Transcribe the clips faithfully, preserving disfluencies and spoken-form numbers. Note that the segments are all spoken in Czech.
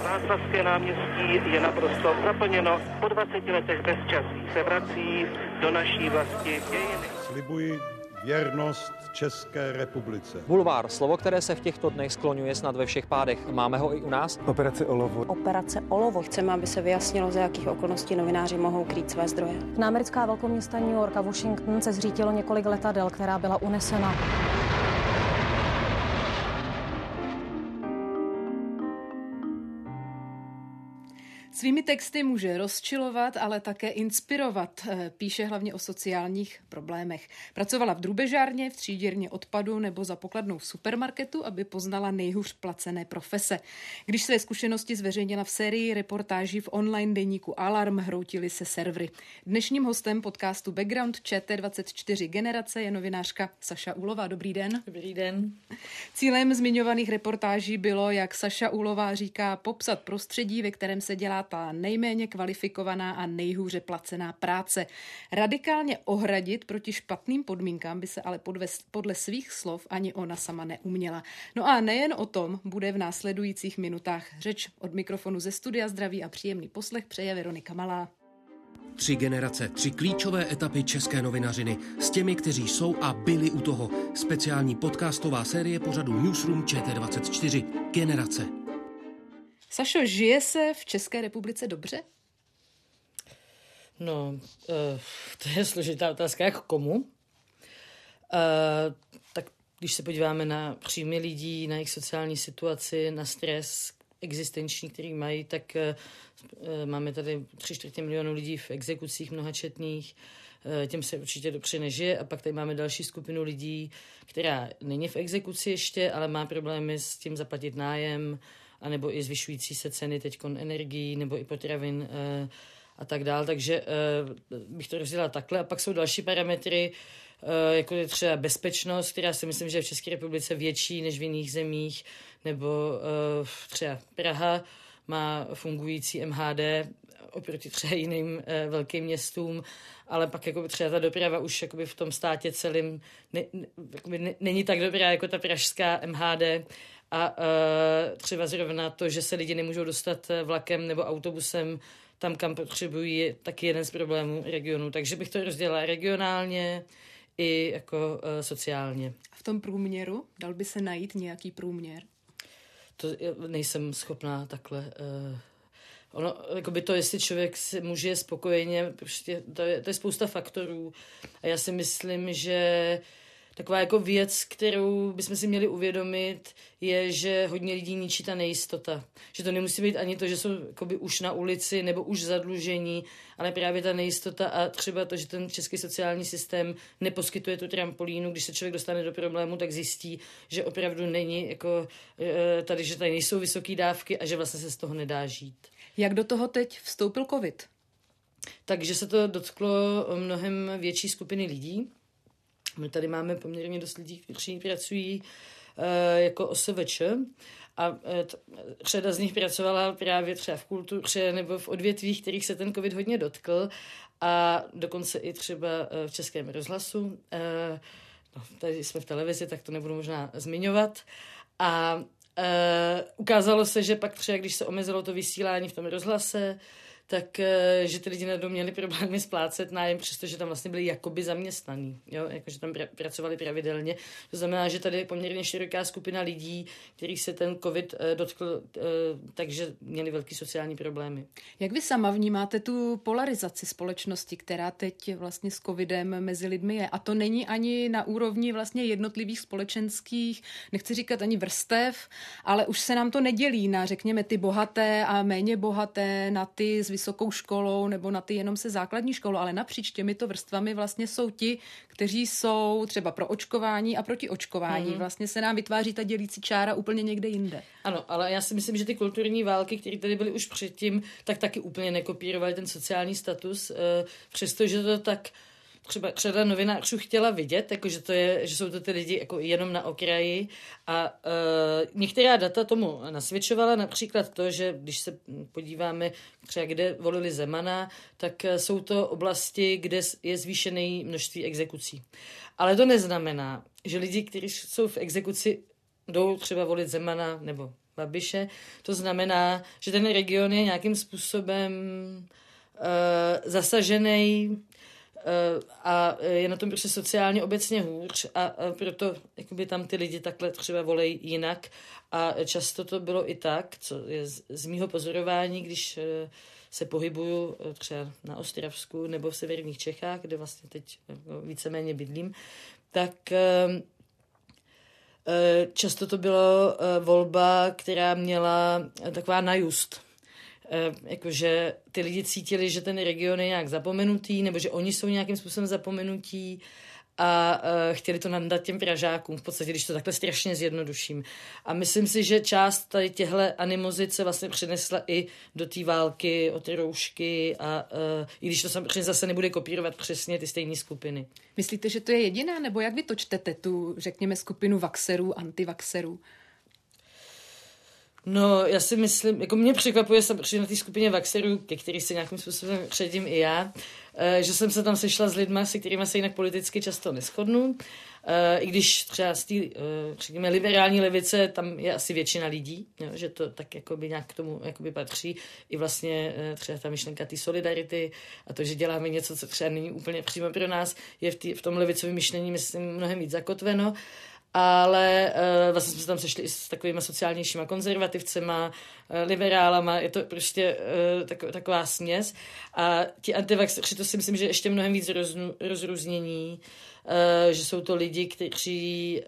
Václavské náměstí je naprosto zaplněno. Po dvaceti letech bezčasí se vrací do naší vlasti dějiny. Slibuji věrnost České republice. Bulvár, slovo, které se v těchto dnech skloňuje snad ve všech pádech. Máme ho i u nás? Operace Olovo. Operace Olovo. Chceme, aby se vyjasnilo, za jakých okolností novináři mohou krýt své zdroje. Na americká velkoměsta New York a Washington se zřítilo několik letadel, která byla unesena. Svými texty může rozčilovat, ale také inspirovat. Píše hlavně o sociálních problémech. Pracovala v drubežárně, v třídírně odpadu nebo za pokladnou v supermarketu, aby poznala nejhůř placené profese. Když své zkušenosti zveřejnila v sérii reportáží v online deníku Alarm, hroutily se servery. Dnešním hostem podcastu Background Č T dvacet čtyři Generace je novinářka Saša Úlová. Dobrý den. Dobrý den. Cílem zmiňovaných reportáží bylo, jak Saša Úlová říká, popsat prostředí, ve kterém se dělá ta nejméně kvalifikovaná a nejhůře placená práce. Radikálně ohradit proti špatným podmínkám by se ale podle, podle svých slov ani ona sama neuměla. No a nejen o tom bude v následujících minutách řeč. Od mikrofonu ze studia zdraví a příjemný poslech přeje Veronika Malá. Tři generace, tři klíčové etapy české novinařiny s těmi, kteří jsou a byli u toho. Speciální podcastová série pořadu Newsroom Č T dvacet čtyři Generace. Sašo, žije se v České republice dobře? No, uh, to je složitá otázka, jak komu. Uh, tak když se podíváme na příjmy lidí, na jejich sociální situaci, na stres existenční, který mají, tak uh, máme tady tři čtvrtě milionu lidí v exekucích mnohačetných, uh, těm se určitě dobře nežije a pak tady máme další skupinu lidí, která není v exekuci ještě, ale má problémy s tím zaplatit nájem, anebo i zvyšující se ceny teďkon energií, nebo i potravin e, a tak dál. Takže e, bych to rozdělala takhle. A pak jsou další parametry, e, jako je třeba bezpečnost, která si myslím, že je v České republice větší než v jiných zemích, nebo e, třeba Praha má fungující M H D oproti třeba jiným e, velkým městům, ale pak jako třeba ta doprava už jakoby v tom státě celým ne, ne, ne, není tak dobrá jako ta pražská M H D. A uh, třeba zrovna to, že se lidi nemůžou dostat vlakem nebo autobusem tam, kam potřebují, je taky jeden z problémů regionu. Takže bych to rozdělila regionálně i jako uh, sociálně. A v tom průměru? Dal by se najít nějaký průměr? To nejsem schopná takhle. Uh, ono, jakoby to, jestli člověk si může spokojeně, prostě to je, to je spousta faktorů. A já si myslím, že taková jako věc, kterou bychom si měli uvědomit, je, že hodně lidí ničí ta nejistota. Že to nemusí být ani to, že jsou jakoby už na ulici nebo už zadlužení, ale právě ta nejistota a třeba to, že ten český sociální systém neposkytuje tu trampolínu. Když se člověk dostane do problému, tak zjistí, že opravdu není jako tady, že tady nejsou vysoké dávky a že vlastně se z toho nedá žít. Jak do toho teď vstoupil covid? Takže se to dotklo mnohem větší skupiny lidí. My tady máme poměrně dost lidí, kteří pracují uh, jako O S V Č a uh, řada z nich pracovala právě třeba v kultuře nebo v odvětvích, kterých se ten covid hodně dotkl a dokonce i třeba uh, v Českém rozhlasu. Uh, no, tady jsme v televizi, tak to nebudu možná zmiňovat. A uh, ukázalo se, že pak třeba, když se omezilo to vysílání v tom rozhlase, tak že ty lidi najednou měli problémy splácet nájem, přestože tam vlastně byli jakoby zaměstnaní, jo, jakože tam pra- pracovali pravidelně. To znamená, že tady je poměrně široká skupina lidí, kterých se ten covid eh, dotkl, eh, takže měli velký sociální problémy. Jak vy sama vnímáte tu polarizaci společnosti, která teď vlastně s covidem mezi lidmi je? A to není ani na úrovni vlastně jednotlivých společenských, nechci říkat ani vrstev, ale už se nám to nedělí na, řekněme, ty bohaté a méně bohaté, na ty s vysokou školou nebo na ty jenom se základní školou, ale napříč těmito vrstvami vlastně jsou ti, kteří jsou třeba pro očkování a proti očkování. Mm-hmm. Vlastně se nám vytváří ta dělící čára úplně někde jinde. Ano, ale já si myslím, že ty kulturní války, které tady byly už předtím, tak taky úplně nekopírovaly ten sociální status, přestože to tak třeba řada novinářů chtěla vidět, jako že, to je, že jsou to ty lidi jako jenom na okraji a uh, některá data tomu nasvědčovala, například to, že když se podíváme třeba kde volili Zemana, tak jsou to oblasti, kde je zvýšené množství exekucí. Ale to neznamená, že lidi, kteří jsou v exekuci, jdou třeba volit Zemana nebo Babiše. To znamená, že ten region je nějakým způsobem uh, zasažený uh, a je na tom prostě sociálně obecně hůř a, a proto jakoby tam ty lidi takhle třeba volejí jinak a často to bylo i tak, co je z, z mýho pozorování, když uh, se pohybuju třeba na Ostravsku nebo v severních Čechách, kde vlastně teď víceméně bydlím, tak často to bylo volba, která měla taková najust. Jakože ty lidi cítili, že ten region je nějak zapomenutý, nebo že oni jsou nějakým způsobem zapomenutí a uh, chtěli to nandat těm Pražákům, v podstatě, když to takhle strašně zjednoduším. A myslím si, že část tady těhle animozit se vlastně přinesla i do té války o ty roušky a uh, i když to samozřejmě zase nebude kopírovat přesně ty stejné skupiny. Myslíte, že to je jediná, nebo jak vy to čtete, tu, řekněme, skupinu vaxerů, antivaxerů? No, já si myslím, jako mě překvapuje samozřejmě na té skupině vaxerů, ke který se nějakým způsobem předím i já, že jsem se tam sešla s lidma, se kterými se jinak politicky často neshodnu. I když třeba z té, řekněme, liberální levice, tam je asi většina lidí, jo, že to tak jakoby nějak k tomu jakoby patří. I vlastně třeba ta myšlenka té solidarity a to, že děláme něco, co třeba není úplně přímo pro nás, je v, tý, v tom levicovém myšlení, myslím, mnohem víc zakotveno. Ale uh, vlastně jsme se tam sešli i s takovými sociálnějšíma konzervativcema, uh, liberálama, je to prostě uh, tak, taková směs. A ti antivaxeři, to si myslím, že ještě mnohem víc roznu, rozrůznění, uh, že jsou to lidi, kteří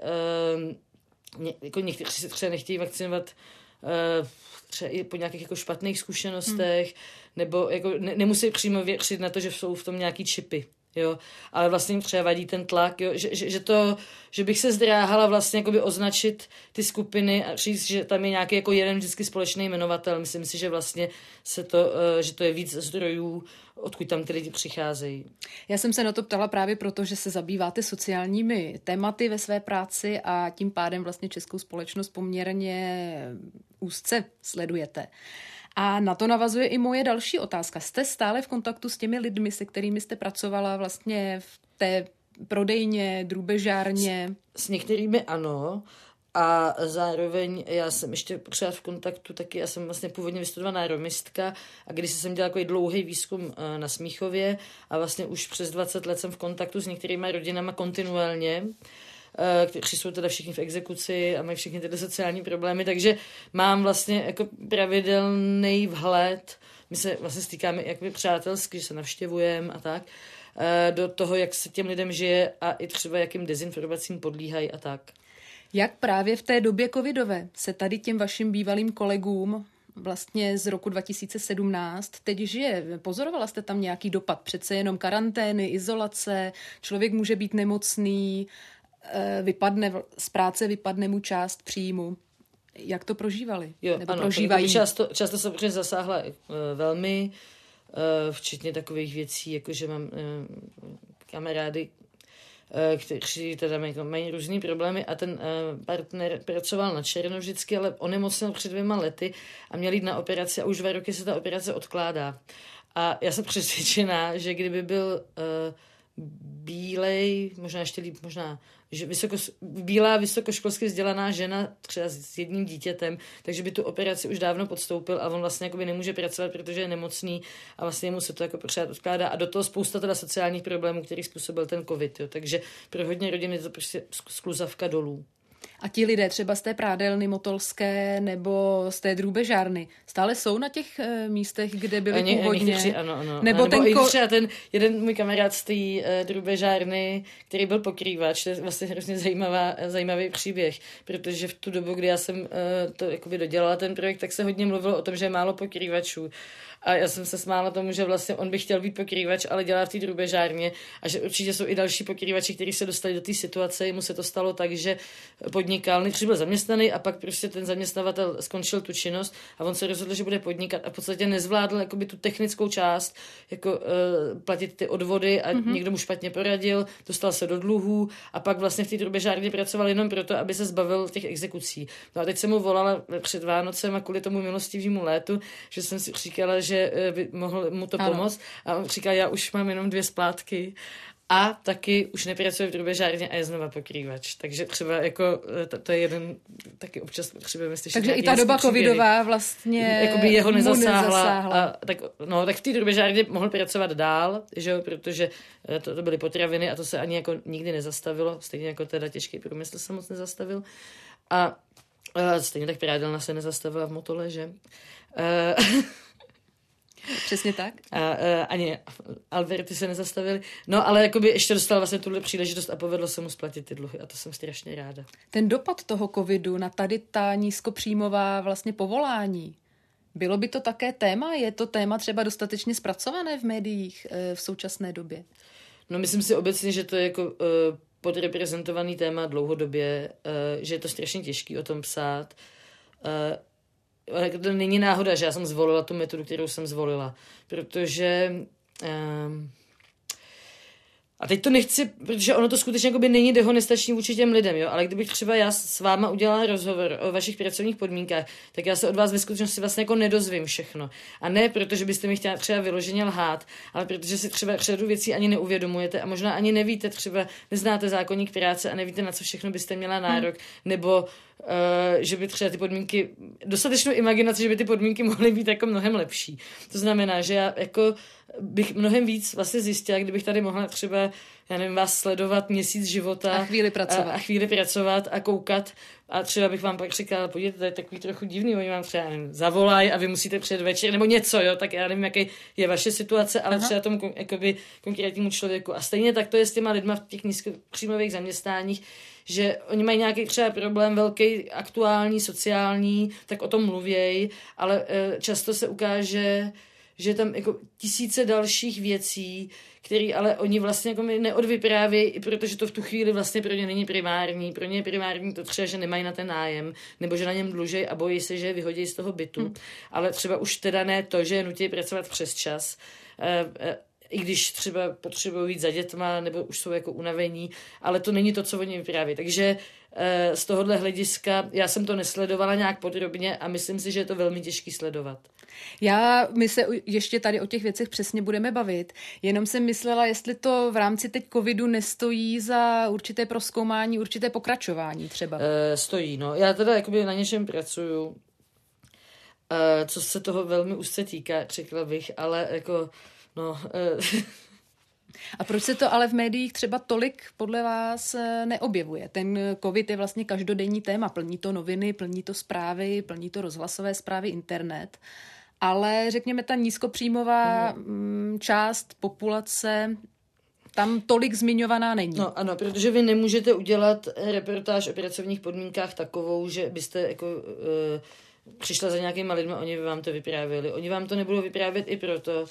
uh, ně, jako někteří se třeba nechtějí vakcinovat uh, třeba i po nějakých jako špatných zkušenostech, hmm. nebo jako ne, nemusí přímo věřit na to, že jsou v tom nějaký čipy. Jo, ale vlastně třeba vadí ten tlak, jo, že, že, že, to, že bych se zdráhala vlastně jakoby označit ty skupiny a říct, že tam je nějaký jako jeden vždycky společný jmenovatel. Myslím si, že vlastně se to, že to je víc zdrojů, odkud tam ty lidi přicházejí. Já jsem se na to ptala právě proto, že se zabýváte sociálními tématy ve své práci a tím pádem vlastně českou společnost poměrně úzce sledujete. A na to navazuje i moje další otázka. Jste stále v kontaktu s těmi lidmi, se kterými jste pracovala vlastně v té prodejně, drůbežárně? S, s některými ano. A zároveň já jsem ještě pořád v kontaktu taky, já jsem vlastně původně vystudovaná romistka a když jsem dělala takový dlouhý výzkum na Smíchově a vlastně už přes dvacet let jsem v kontaktu s některými rodinama kontinuálně, kteří jsou teda všichni v exekuci a mají všichni tyhle sociální problémy, takže mám vlastně jako pravidelný vhled, my se vlastně stýkáme jakoby přátelsky, že se navštěvujeme a tak, do toho, jak se těm lidem žije a i třeba jakým dezinformacím podlíhají a tak. Jak právě v té době covidové se tady těm vašim bývalým kolegům vlastně z roku dva tisíce sedmnáct teď žije? Pozorovala jste tam nějaký dopad? Přece jenom karantény, izolace, člověk může být nemocný, vypadne, z práce vypadne mu část příjmu. Jak to prožívali? Jo, Nebo ano, prožívají? Často, často jsem protože zasáhla uh, velmi, uh, včetně takových věcí, jako že mám uh, kamarády, uh, kteří teda mají, mají různý problémy a ten uh, partner pracoval na černo vždycky, ale onemocněl před dvěma lety a měl jít na operaci a už dva roky se ta operace odkládá. A já jsem přesvědčená, že kdyby byl uh, bílej, možná ještě líp, možná že vysoko, bílá vysokoškolsky vzdělaná žena třeba s jedním dítětem, takže by tu operaci už dávno podstoupil a on vlastně jakoby nemůže pracovat, protože je nemocný a vlastně mu se to jako pořád odkládá a do toho spousta teda sociálních problémů, který způsobil ten covid, jo. Takže pro hodně rodin je to prostě skluzavka dolů. A ti lidé třeba z té prádelny motolské nebo z té drůbežárny stále jsou na těch e, místech, kde byli Ani, původně? Někteří, ano, ano. Nebo, nebo ten, ko... třeba ten jeden můj kamarád z té e, drůbežárny, který byl pokrývač, to je vlastně hrozně zajímavá, zajímavý příběh, protože v tu dobu, kdy já jsem e, to jakoby dodělala ten projekt, tak se hodně mluvilo o tom, že je málo pokrývačů. A já jsem se smála tomu, že vlastně on by chtěl být pokrývač, ale dělá v té drůbežárně a že určitě jsou i další pokrývači, kteří se dostali do té situace. Jemu se to stalo tak, že podnikal, nejdřív byl zaměstnaný a pak prostě ten zaměstnavatel skončil tu činnost a on se rozhodl, že bude podnikat a v podstatě nezvládl jakoby tu technickou část, jako uh, platit ty odvody a mm-hmm. někdo mu špatně poradil, dostal se do dluhů a pak vlastně v té drůbežárně pracoval jenom proto, aby se zbavil těch exekucí. No a teď jsem mu volala před Vánocem a kvůli tomu milostivému létu, že jsem si říkala, že by mohl mu to pomoct. A on říkal, já už mám jenom dvě splátky A taky už nepracuje v drubežárně a je znova pokrývač. Takže třeba jako to, to je jeden, taky občas potřebujeme slyšet. Takže i ta doba covidová vlastně jakoby jeho nezasáhla. nezasáhla. A tak, no, tak v té drubežárně mohl pracovat dál, že jo, protože to, to byly potraviny a to se ani jako nikdy nezastavilo. Stejně jako teda těžký průmysl se moc nezastavil. A, a stejně tak prádelna se nezastavila v Motole, že? Uh, Přesně tak. A, a ani Alberty se nezastavili. No, ale jakoby ještě dostal vlastně tuhle příležitost a povedlo se mu splatit ty dluhy a to jsem strašně ráda. Ten dopad toho covidu na tady ta nízkopříjmová vlastně povolání, bylo by to také téma? Je to téma třeba dostatečně zpracované v médiích e, v současné době? No, myslím si obecně, že to je jako e, podreprezentovaný téma dlouhodobě, e, že je to strašně těžký o tom psát. E, To není náhoda, že já jsem zvolila tu metodu, kterou jsem zvolila, protože um, a teď to nechci, protože ono to skutečně jakoby není dehonestační vůči těm lidem, jo, ale kdybych třeba já s váma udělala rozhovor o vašich pracovních podmínkách, tak já se od vás ve skutečnosti vlastně jako nedozvím všechno. A ne protože byste mi chtěla třeba vyloženě lhát, ale protože si třeba řadu věcí ani neuvědomujete a možná ani nevíte, třeba neznáte zákoník práce a nevíte, na co všechno byste měla nárok, hmm. nebo Uh, že by třeba ty podmínky, dostatečnou imaginaci, že by ty podmínky mohly být jako mnohem lepší. To znamená, že já jako bych mnohem víc vlastně zjistila, kdybych tady mohla třeba, já nevím, vás sledovat měsíc života. A chvíli pracovat. A, a chvíli pracovat a koukat a třeba bych vám pak říkala, podívejte, to je takový trochu divný, oni vám třeba, nevím, zavolají a vy musíte přijet večer, nebo něco, jo, tak já nevím, jaký je vaše situace, ale Aha. třeba tomu jakoby, konkrétnímu člověku. A stejně tak to je s těma lidma v těch nízkopříjmových zaměstnáních, že oni mají nějaký třeba problém velký, aktuální, sociální, tak o tom mluvěj, ale e, často se ukáže, že tam jako tisíce dalších věcí, které ale oni vlastně jako neodvyprávějí, i protože to v tu chvíli vlastně pro ně není primární. Pro ně je primární to třeba, že nemají na ten nájem, nebo že na něm dlužej a bojí se, že je vyhodí z toho bytu. Hmm. Ale třeba už teda ne to, že je nutí pracovat přes čas, e, e, i když třeba potřebují jít za dětma, nebo už jsou jako unavení, ale to není to, co oni vyprávějí. Takže e, z tohohle hlediska já jsem to nesledovala nějak podrobně a myslím si, že je to velmi těžký sledovat. Já, my se ještě tady o těch věcech přesně budeme bavit, jenom jsem myslela, jestli to v rámci teď covidu nestojí za určité prozkoumání, určité pokračování třeba. E, stojí, no. Já teda jakoby na něčem pracuju, e, co se toho velmi úzce týká, řekla bych, ale jako no... E, A proč se to ale v médiích třeba tolik podle vás neobjevuje? Ten covid je vlastně každodenní téma, plní to noviny, plní to zprávy, plní to rozhlasové zprávy, internet, ale řekněme ta nízkopříjmová hmm. část populace tam tolik zmiňovaná není. No ano, protože vy nemůžete udělat reportáž o pracovních podmínkách takovou, že byste jako... E, přišla za nějakýma lidma, oni by vám to vyprávěli. Oni vám to nebudou vyprávět i proto,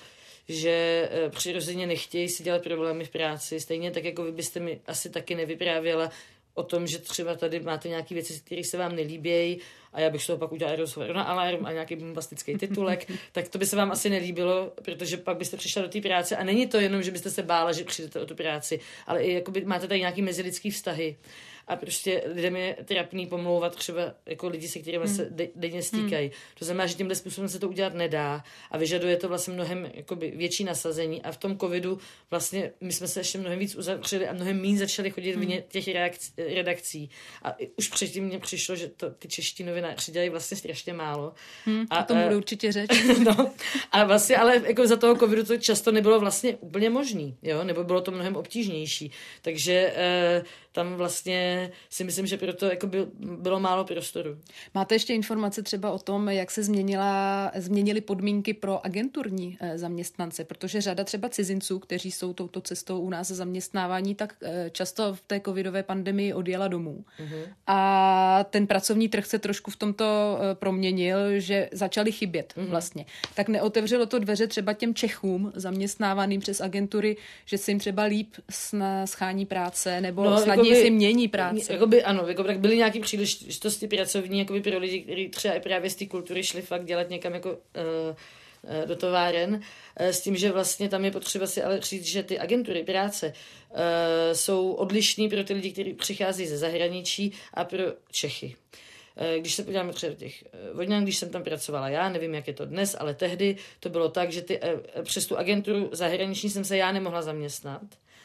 že přirozeně nechtějí si dělat problémy v práci. Stejně tak, jako vy byste mi asi taky nevyprávěla o tom, že třeba tady máte nějaké věci, které se vám nelíbějí a já bych z toho pak udělala rozhovor na Alarm a nějaký bombastický titulek, tak to by se vám asi nelíbilo, protože pak byste přišla do té práce a není to jenom, že byste se bála, že přijdete o tu práci, ale i jakoby máte tady nějaký mezilidský vztahy. A prostě lidem je trapný pomlouvat třeba jako lidi, se kterými hmm. se de- denně stýkají. Hmm. To znamená, že tímhle způsobem se to udělat nedá a vyžaduje to vlastně mnohem jakoby, větší nasazení. A v tom covidu vlastně my jsme se ještě mnohem víc uzavřeli a mnohem méně začali chodit hmm. vně těch reakc- redakcí. A už předtím mně přišlo, že to, ty čeští novináři dělají vlastně strašně málo. Hmm. A, a tomu bude určitě řeč. No, a vlastně, ale jako za toho covidu to často nebylo vlastně úplně možný, jo? Nebo bylo to mnohem obtížnější. Takže eh, tam vlastně si myslím, že proto jako by, bylo málo prostoru. Máte ještě informace třeba o tom, jak se změnila, změnily podmínky pro agenturní eh, zaměstnance, protože řada třeba cizinců, kteří jsou touto cestou u nás zaměstnávání, tak eh, často v té covidové pandemii odjela domů. Mm-hmm. A ten pracovní trh se trošku v tomto eh, proměnil, že začali chybět mm-hmm. vlastně. Tak neotevřelo to dveře třeba těm Čechům zaměstnávaným přes agentury, že se jim třeba líp schání práce, nebo no, snadněji si mění práce. Jakoby, ano, jako, tak byly nějaké příležitosti pracovní jakoby pro lidi, kteří třeba i právě z té kultury šli fakt dělat někam jako uh, do továren, uh, s tím, že vlastně tam je potřeba si ale říct, že ty agentury práce uh, jsou odlišný pro ty lidi, kteří přichází ze zahraničí a pro Čechy. Když se podíváme třeba do těch Vodňan, když jsem tam pracovala já, nevím, jak je to dnes, ale tehdy to bylo tak, že ty, přes tu agenturu zahraniční jsem se já nemohla zaměstnat.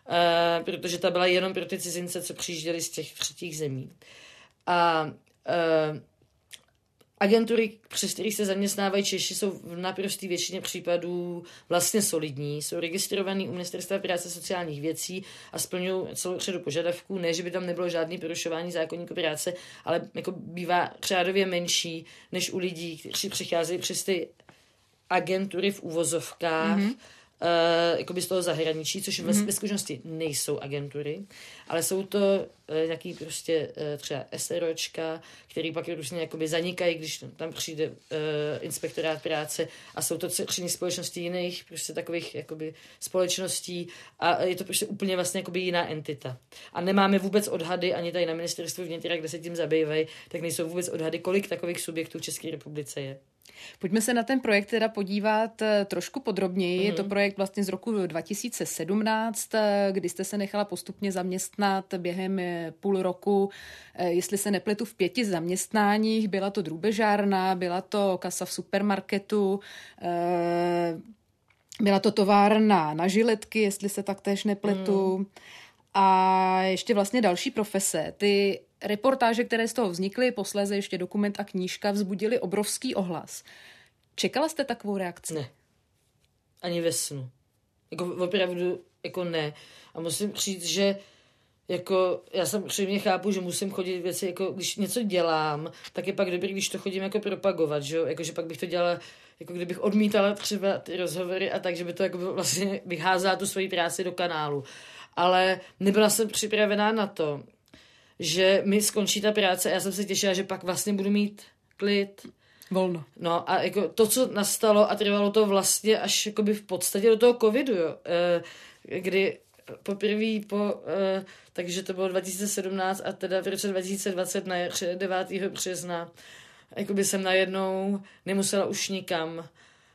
uh, protože ta byla jenom pro ty cizince, co přijížděli z těch třetích zemí. A uh, agentury, přes kterých se zaměstnávají Češi, jsou v naprosté většině případů vlastně solidní, jsou registrovaný u Ministerstva práce a sociálních věcí a splňují celou řadu požadavků. Ne, že by tam nebylo žádné porušování zákoníku práce, ale jako bývá řádově menší než u lidí, kteří přicházejí přes ty agentury v uvozovkách, mm-hmm. Uh, jakoby z toho zahraničí, což mm-hmm. ve skutečnosti nejsou agentury, ale jsou to uh, nějaký prostě uh, třeba SROčka, který pak různě jakoby zanikají, když tam přijde uh, inspektorát práce a jsou to dceřiné společnosti jiných prostě takových jakoby společností a je to prostě úplně vlastně jakoby jiná entita. A nemáme vůbec odhady ani tady na ministerstvu vnitra, kde se tím zabývají, tak nejsou vůbec odhady, kolik takových subjektů v České republice je. Pojďme se na ten projekt teda podívat trošku podrobněji. Mm-hmm. Je to projekt vlastně z roku dva tisíce sedmnáct, kdy jste se nechala postupně zaměstnat během půl roku, jestli se nepletu, v pěti zaměstnáních. Byla to drůbežárna, byla to kasa v supermarketu, byla to továrna na žiletky, jestli se taktéž nepletu. Mm. A ještě vlastně další profese. Ty reportáže, které z toho vznikly, posléze ještě dokument a knížka, vzbudily obrovský ohlas. Čekala jste takovou reakci? Ne. Ani ve snu. Jako opravdu jako ne. A musím říct, že jako já jsem přímě chápu, že musím chodit věci, jako když něco dělám, tak je pak dobrý, když to chodím jako propagovat, že jo? Jako, že pak bych to dělala, jako kdybych odmítala třeba ty rozhovory a tak, že by to jako vlastně bych házela tu svoji práci do kanálu. Ale nebyla jsem připravená na to, že mi skončí ta práce a já jsem se těšila, že pak vlastně budu mít klid. Volno. No a jako to, co nastalo a trvalo to vlastně až jakoby v podstatě do toho covidu, jo, e, kdy poprvé po, e, takže to bylo dva tisíce sedmnáct a teda v roce dva tisíce dvacet na devátého března, jakoby jsem najednou nemusela už nikam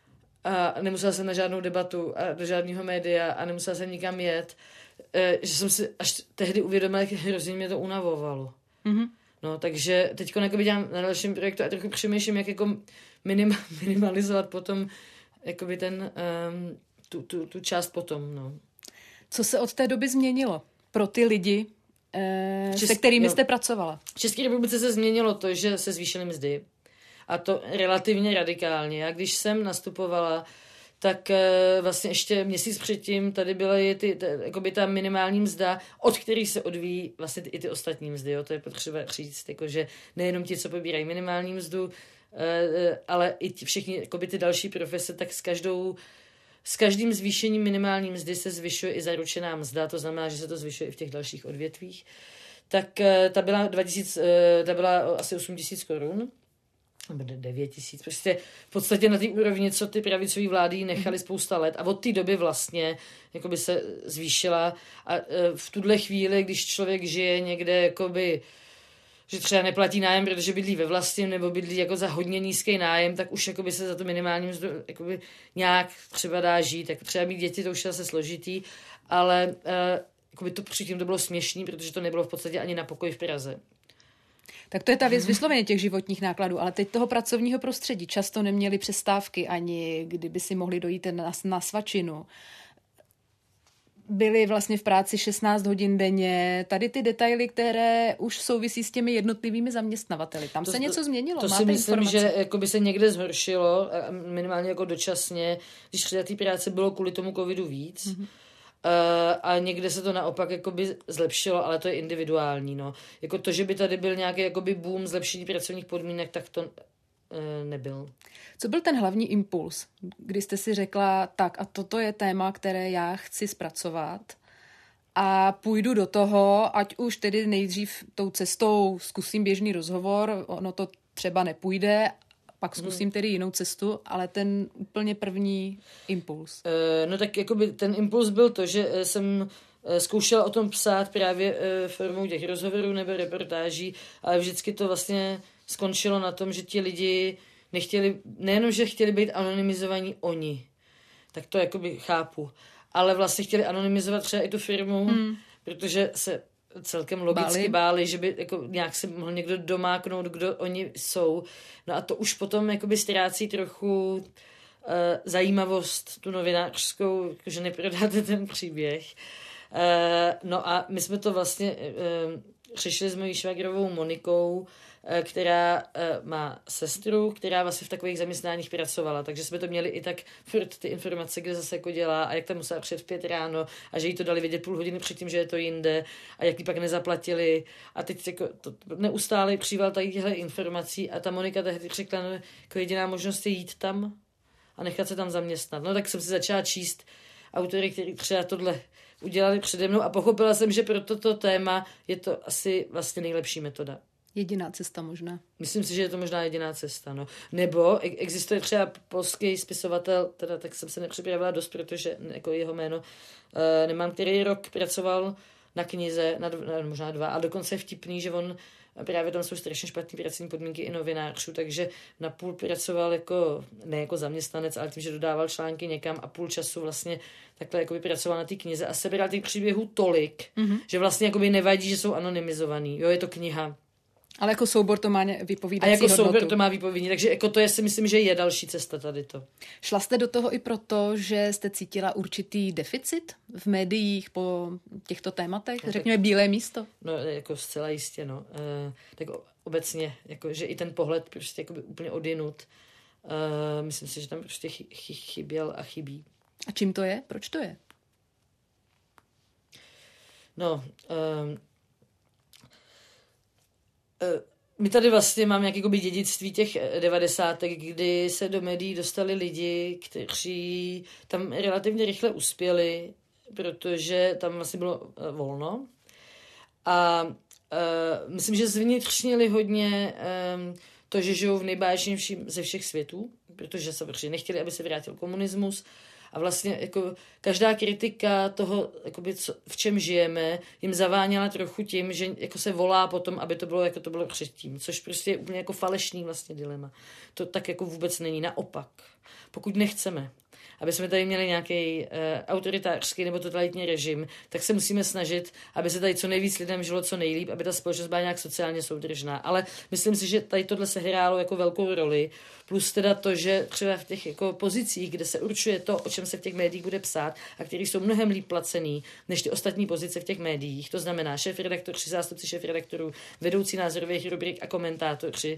a nemusela jsem na žádnou debatu a do žádného média a nemusela jsem nikam jet, e, že jsem si až tehdy uvědomila, jak hrozně mě to unavovalo. Mm-hmm. No, takže teď dělám na dalším projektu a trochu přemýšlím, jak jako minim, minimalizovat potom jakoby ten, um, tu, tu, tu část potom. No. Co se od té doby změnilo pro ty lidi, eh, Česk... se kterými jste pracovala? V České republice se změnilo to, že se zvýšily mzdy. A to relativně radikálně. Já když jsem nastupovala, tak vlastně ještě měsíc předtím tady byla ty, ty, jakoby ta minimální mzda, od kterých se odvíjí vlastně i ty ostatní mzdy. Jo? To je potřeba říct, jako, že nejenom ti, co pobírají minimální mzdu, ale i ti, všichni jakoby ty další profese, tak s každou s každým zvýšením minimální mzdy se zvyšuje i zaručená mzda, to znamená, že se to zvyšuje i v těch dalších odvětvích. Tak ta byla, dva tisíce, ta byla asi osm tisíc korun. devět tisíc, prostě v podstatě na té úrovni, co ty pravicové vlády nechali spousta let a od té doby vlastně jakoby se zvýšila a v tuhle chvíli, když člověk žije někde jakoby, že třeba neplatí nájem, protože bydlí ve vlasti nebo bydlí jako za hodně nízký nájem, tak už jakoby se za to minimální mzdu jakoby nějak třeba dá žít, jako třeba mít děti, to už je zase složitý, ale jakoby to předtím to bylo směšný, protože to nebylo v podstatě ani na pokoj v Praze. Tak to je ta věc vysloveně těch životních nákladů, ale teď toho pracovního prostředí často neměli přestávky ani kdyby si mohli dojít na, na svačinu. Byli vlastně v práci šestnáct hodin denně. Tady ty detaily, které už souvisí s těmi jednotlivými zaměstnavateli. Tam to, se něco změnilo? To Máte si myslím, informace? že jako by se někde zhoršilo, minimálně jako dočasně, když třeba té práce bylo kvůli tomu covidu víc. Mm-hmm. Uh, a někde se to naopak jakoby zlepšilo, ale to je individuální. No. Jako to, že by tady byl nějaký jakoby boom zlepšení pracovních podmínek, tak to uh, nebyl. Co byl ten hlavní impuls, kdy jste si řekla, tak a toto je téma, které já chci zpracovat a půjdu do toho, ať už tedy nejdřív tou cestou zkusím běžný rozhovor, ono to třeba nepůjde, pak zkusím tedy jinou cestu, ale ten úplně první impuls. E, no tak jakoby ten impuls byl to, že jsem zkoušela o tom psát právě formou těch rozhovorů nebo reportáží, ale vždycky to vlastně skončilo na tom, že ti lidi nechtěli, nejenom, že chtěli být anonymizovaní oni, tak to jakoby chápu, ale vlastně chtěli anonymizovat třeba i tu firmu, hmm. protože se celkem logicky báli, báli že by jako nějak se mohl někdo domáknout, kdo oni jsou. No a to už potom jakoby ztrácí trochu uh, zajímavost tu novinářskou, že neprodáte ten příběh. E, no a my jsme to vlastně e, řešili s mojí švagrovou Monikou, e, která e, má sestru, která vlastně v takových zaměstnáních pracovala, takže jsme to měli i tak furt ty informace, kde zase jako dělá a jak tam musela před v pět ráno a že jí to dali vědět půl hodiny předtím, že je to jinde a jak jí pak nezaplatili a teď jako to neustále příval tady těchto informací a ta Monika tehdy řekla, no, jako jediná možnost je jít tam a nechat se tam zaměstnat. No tak jsem si začala číst autory, kteří třeba tohle udělali přede mnou a pochopila jsem, že pro toto téma je to asi vlastně nejlepší metoda. Jediná cesta možná. Myslím si, že je to možná jediná cesta. No. Nebo existuje třeba polský spisovatel, teda tak jsem se nepřipravila dost, protože jako jeho jméno uh, nemám, který rok pracoval na knize, na dv, na, možná dva, a dokonce je vtipný, že on právě tam jsou strašně špatné pracovní podmínky i novinářů, takže napůl pracoval jako, ne jako zaměstnanec, ale tím, že dodával články někam a půl času vlastně takhle jakoby pracoval na té knize a sebral těch příběhů tolik, mm-hmm. že vlastně jakoby nevadí, že jsou anonymizovaný. Jo, je to kniha. Ale jako soubor to má vypovídací A jako hodnotu. soubor to má vypovídací, takže jako to je, si myslím, že je další cesta tady to. Šla jste do toho i proto, že jste cítila určitý deficit v médiích po těchto tématech? No, řekněme bílé místo? No jako zcela jistě, no. E, tak obecně, jako, že i ten pohled prostě jakoby úplně odjinut. E, myslím si, že tam prostě chy, chy, chyběl a chybí. A čím to je? Proč to je? No, e, my tady vlastně máme nějaké dědictví těch devadesátek, kdy se do médií dostali lidi, kteří tam relativně rychle uspěli, protože tam vlastně bylo volno. A uh, myslím, že zvnitřnili hodně um, to, že žijou v nejbáječnějším ze všech světů, protože se protože nechtěli, aby se vrátil komunismus. A vlastně jako každá kritika toho, jakoby, co, v čem žijeme, jim zaváněla trochu tím, že jako se volá potom, aby to bylo, jako to bylo předtím. Což prostě je úplně jako falešný vlastně dilema. To tak jako vůbec není. Naopak. Pokud nechceme, aby jsme tady měli nějaký uh, autoritářský nebo totalitní režim, tak se musíme snažit, aby se tady co nejvíc lidem žilo co nejlíp, aby ta společnost byla nějak sociálně soudržná. Ale myslím si, že tady tohle se hrálo jako velkou roli. Plus teda to, že třeba v těch jako pozicích, kde se určuje to, o čem se v těch médiích bude psát a který jsou mnohem líp placený než ty ostatní pozice v těch médiích, to znamená šéfredaktoři, zástupci šéfredaktorů, vedoucí názorových rubrik a komentátoři,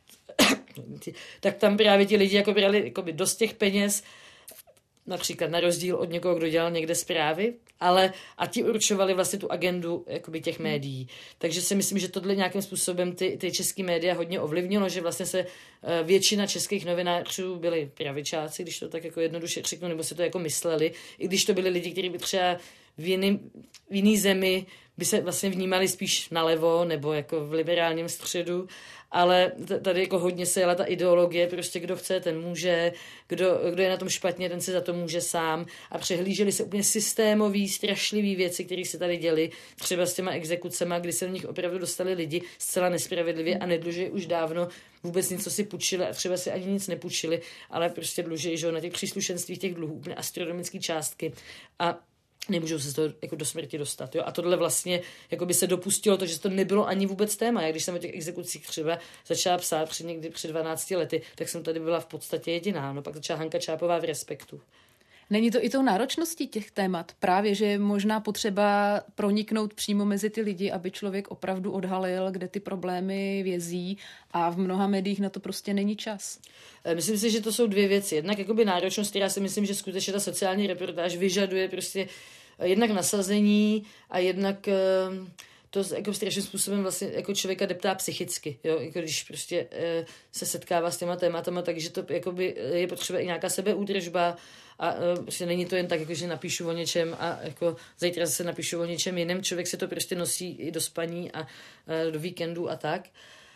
tak tam právě ti lidi jako brali jako by dost těch peněz, například na rozdíl od někoho, kdo dělal někde zprávy, ale a ti určovali vlastně tu agendu jakoby těch médií. Takže si myslím, že tohle nějakým způsobem ty, ty český média hodně ovlivnilo, že vlastně se většina českých novinářů byli pravičáci, když to tak jako jednoduše řeknu, nebo si to jako mysleli, i když to byli lidi, kteří by třeba v, jiný, v jiný zemi by se vlastně vnímali spíš nalevo nebo jako v liberálním středu, ale tady jako hodně se jela ta ideologie, prostě kdo chce, ten může, kdo, kdo je na tom špatně, ten si za to může sám a přehlíželi se úplně systémový, strašlivý věci, které se tady děly, třeba s těma exekucema, kdy se do nich opravdu dostali lidi zcela nespravedlivě a nedluží už dávno vůbec nic, co si půjčili a třeba si ani nic nepůjčili, ale prostě dluží, že na těch příslušenstvích těch dluhů úplně astronomické částky a nemůžou se z toho jako do smrti dostat. Jo? A tohle vlastně jako by se dopustilo to, že to nebylo ani vůbec téma. Já když jsem o těch exekucích třeba začala psát před někdy před dvanácti lety, tak jsem tady byla v podstatě jediná. No pak začala Hanka Čápová v Respektu. Není to i tou náročností těch témat? Právě, že je možná potřeba proniknout přímo mezi ty lidi, aby člověk opravdu odhalil, kde ty problémy vězí a v mnoha médiích na to prostě není čas. Myslím si, že to jsou dvě věci. Jednak jakoby náročnost, která si myslím, že skutečně ta sociální reportáž vyžaduje prostě jednak nasazení a jednak to jako strašným způsobem vlastně jako člověka deptá psychicky, jo? Jako když prostě e, se setkává s těma tématama, takže to jakoby je potřeba i nějaká sebeúdržba a e, prostě není to jen tak, jako, že napíšu o něčem a jako zítra zase napíšu o něčem jiném, člověk se to prostě nosí i do spaní a e, do víkendu a tak.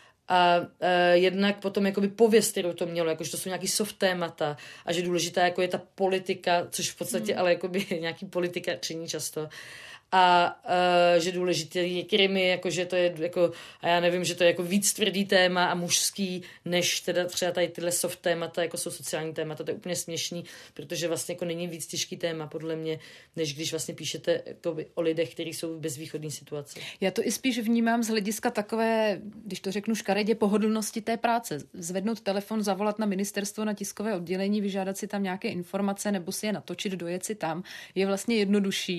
A e, jednak potom jakoby pověst, kterou to mělo, jakože to jsou nějaký soft témata a že důležitá jako je ta politika, což v podstatě mm. ale jakoby nějaký politika činí často. A uh, že důležité je krimi, jako že to je jako, a já nevím, že to je jako víc tvrdý téma a mužský, než teda třeba tady tyhle soft témata, jako jsou sociální témata, to je úplně směšný, protože vlastně jako není víc těžký téma, podle mě, než když vlastně píšete jako o lidech, kteří jsou v bezvýchodné situaci. Já to i spíš vnímám z hlediska takové, když to řeknu škaredě, pohodlnosti té práce. Zvednout telefon, zavolat na ministerstvo, na tiskové oddělení, vyžádat si tam nějaké informace nebo si je natočit, dojet si tam, je vlastně jednodušší,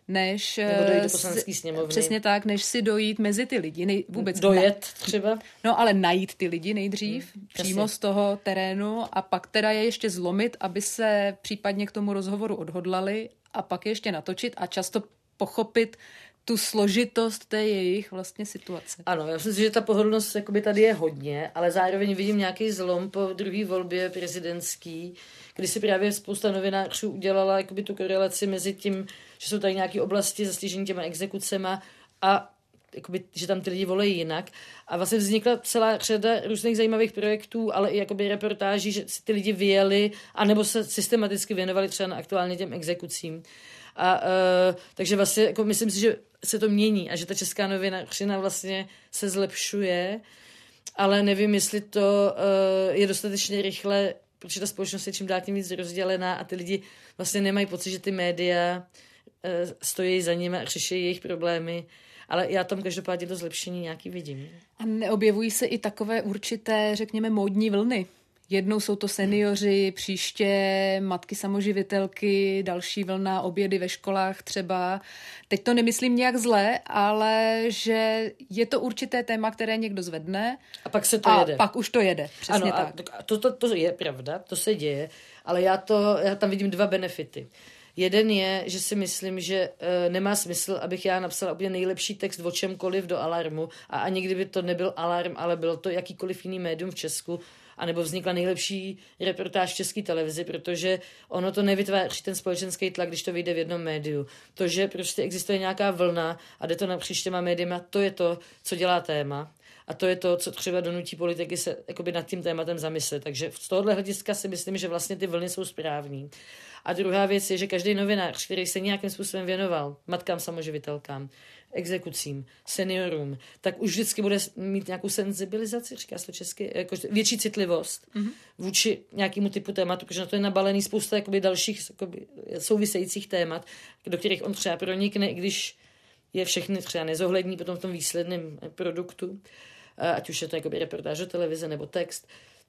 než... Nebo dojít do poslanecké sněmovny. Přesně tak, než si dojít mezi ty lidi. Nej, vůbec Dojet na, třeba. No ale najít ty lidi nejdřív, hmm, přímo jasně. z toho terénu a pak teda je ještě zlomit, aby se případně k tomu rozhovoru odhodlali a pak ještě natočit a často pochopit tu složitost té jejich vlastně situace. Ano, já myslím si, že ta pohodlnost jakoby tady je hodně, ale zároveň vidím nějaký zlom po druhé volbě prezidentský, kdy si právě spousta novinářů udělala jakoby tu korelaci mezi tím, že jsou tady nějaké oblasti zastižení těma exekucema a jakoby, že tam ty lidi volejí jinak. A vlastně vznikla celá řada různých zajímavých projektů, ale i jakoby reportáží, že si ty lidi vyjeli, anebo se systematicky věnovali třeba na aktuálně těm exekucím. A uh, takže vlastně jako myslím si, že se to mění a že ta česká novinařina vlastně se zlepšuje, ale nevím, jestli to uh, je dostatečně rychle, protože ta společnost je čím dál tím víc rozdělená a ty lidi vlastně nemají pocit, že ty média uh, stojí za nimi a řeší jejich problémy. Ale já tam každopádně to zlepšení nějaký vidím. A neobjevují se i takové určité, řekněme, módní vlny? Jednou jsou to seniori, příště matky samoživitelky, další vlna obědy ve školách třeba. Teď to nemyslím nějak zle, ale že je to určité téma, které někdo zvedne. A pak se to a jede. pak už to jede. Přesně ano, tak. A to, to, to je pravda, to se děje, ale já, to, já tam vidím dva benefity. Jeden je, že si myslím, že e, nemá smysl, abych já napsala úplně nejlepší text o čemkoliv do Alarmu a ani kdyby to nebyl Alarm, ale bylo to jakýkoliv jiný médium v Česku, anebo vznikla nejlepší reportáž v České televizi, protože ono to nevytváří ten společenský tlak, když to vyjde v jednom médiu. To, že prostě existuje nějaká vlna a jde to napříč těma médiama, to je to, co dělá téma. A to je to, co třeba donutí politiky se jakoby nad tím tématem zamyslet. Takže z tohohle hlediska si myslím, že vlastně ty vlny jsou správný. A druhá věc je, že každý novinář, který se nějakým způsobem věnoval matkám samoživitelkám, exekucím, seniorům, tak už vždycky bude mít nějakou senzibilizaci, říká se to česky, jako větší citlivost mm-hmm. vůči nějakému typu tématu, protože na to je nabalený spousta jakoby dalších jakoby souvisejících témat, do kterých on třeba pronikne, i když je všechny třeba nezohlední potom v tom výsledném produktu, ať už je to jakoby reportáž do televize nebo text.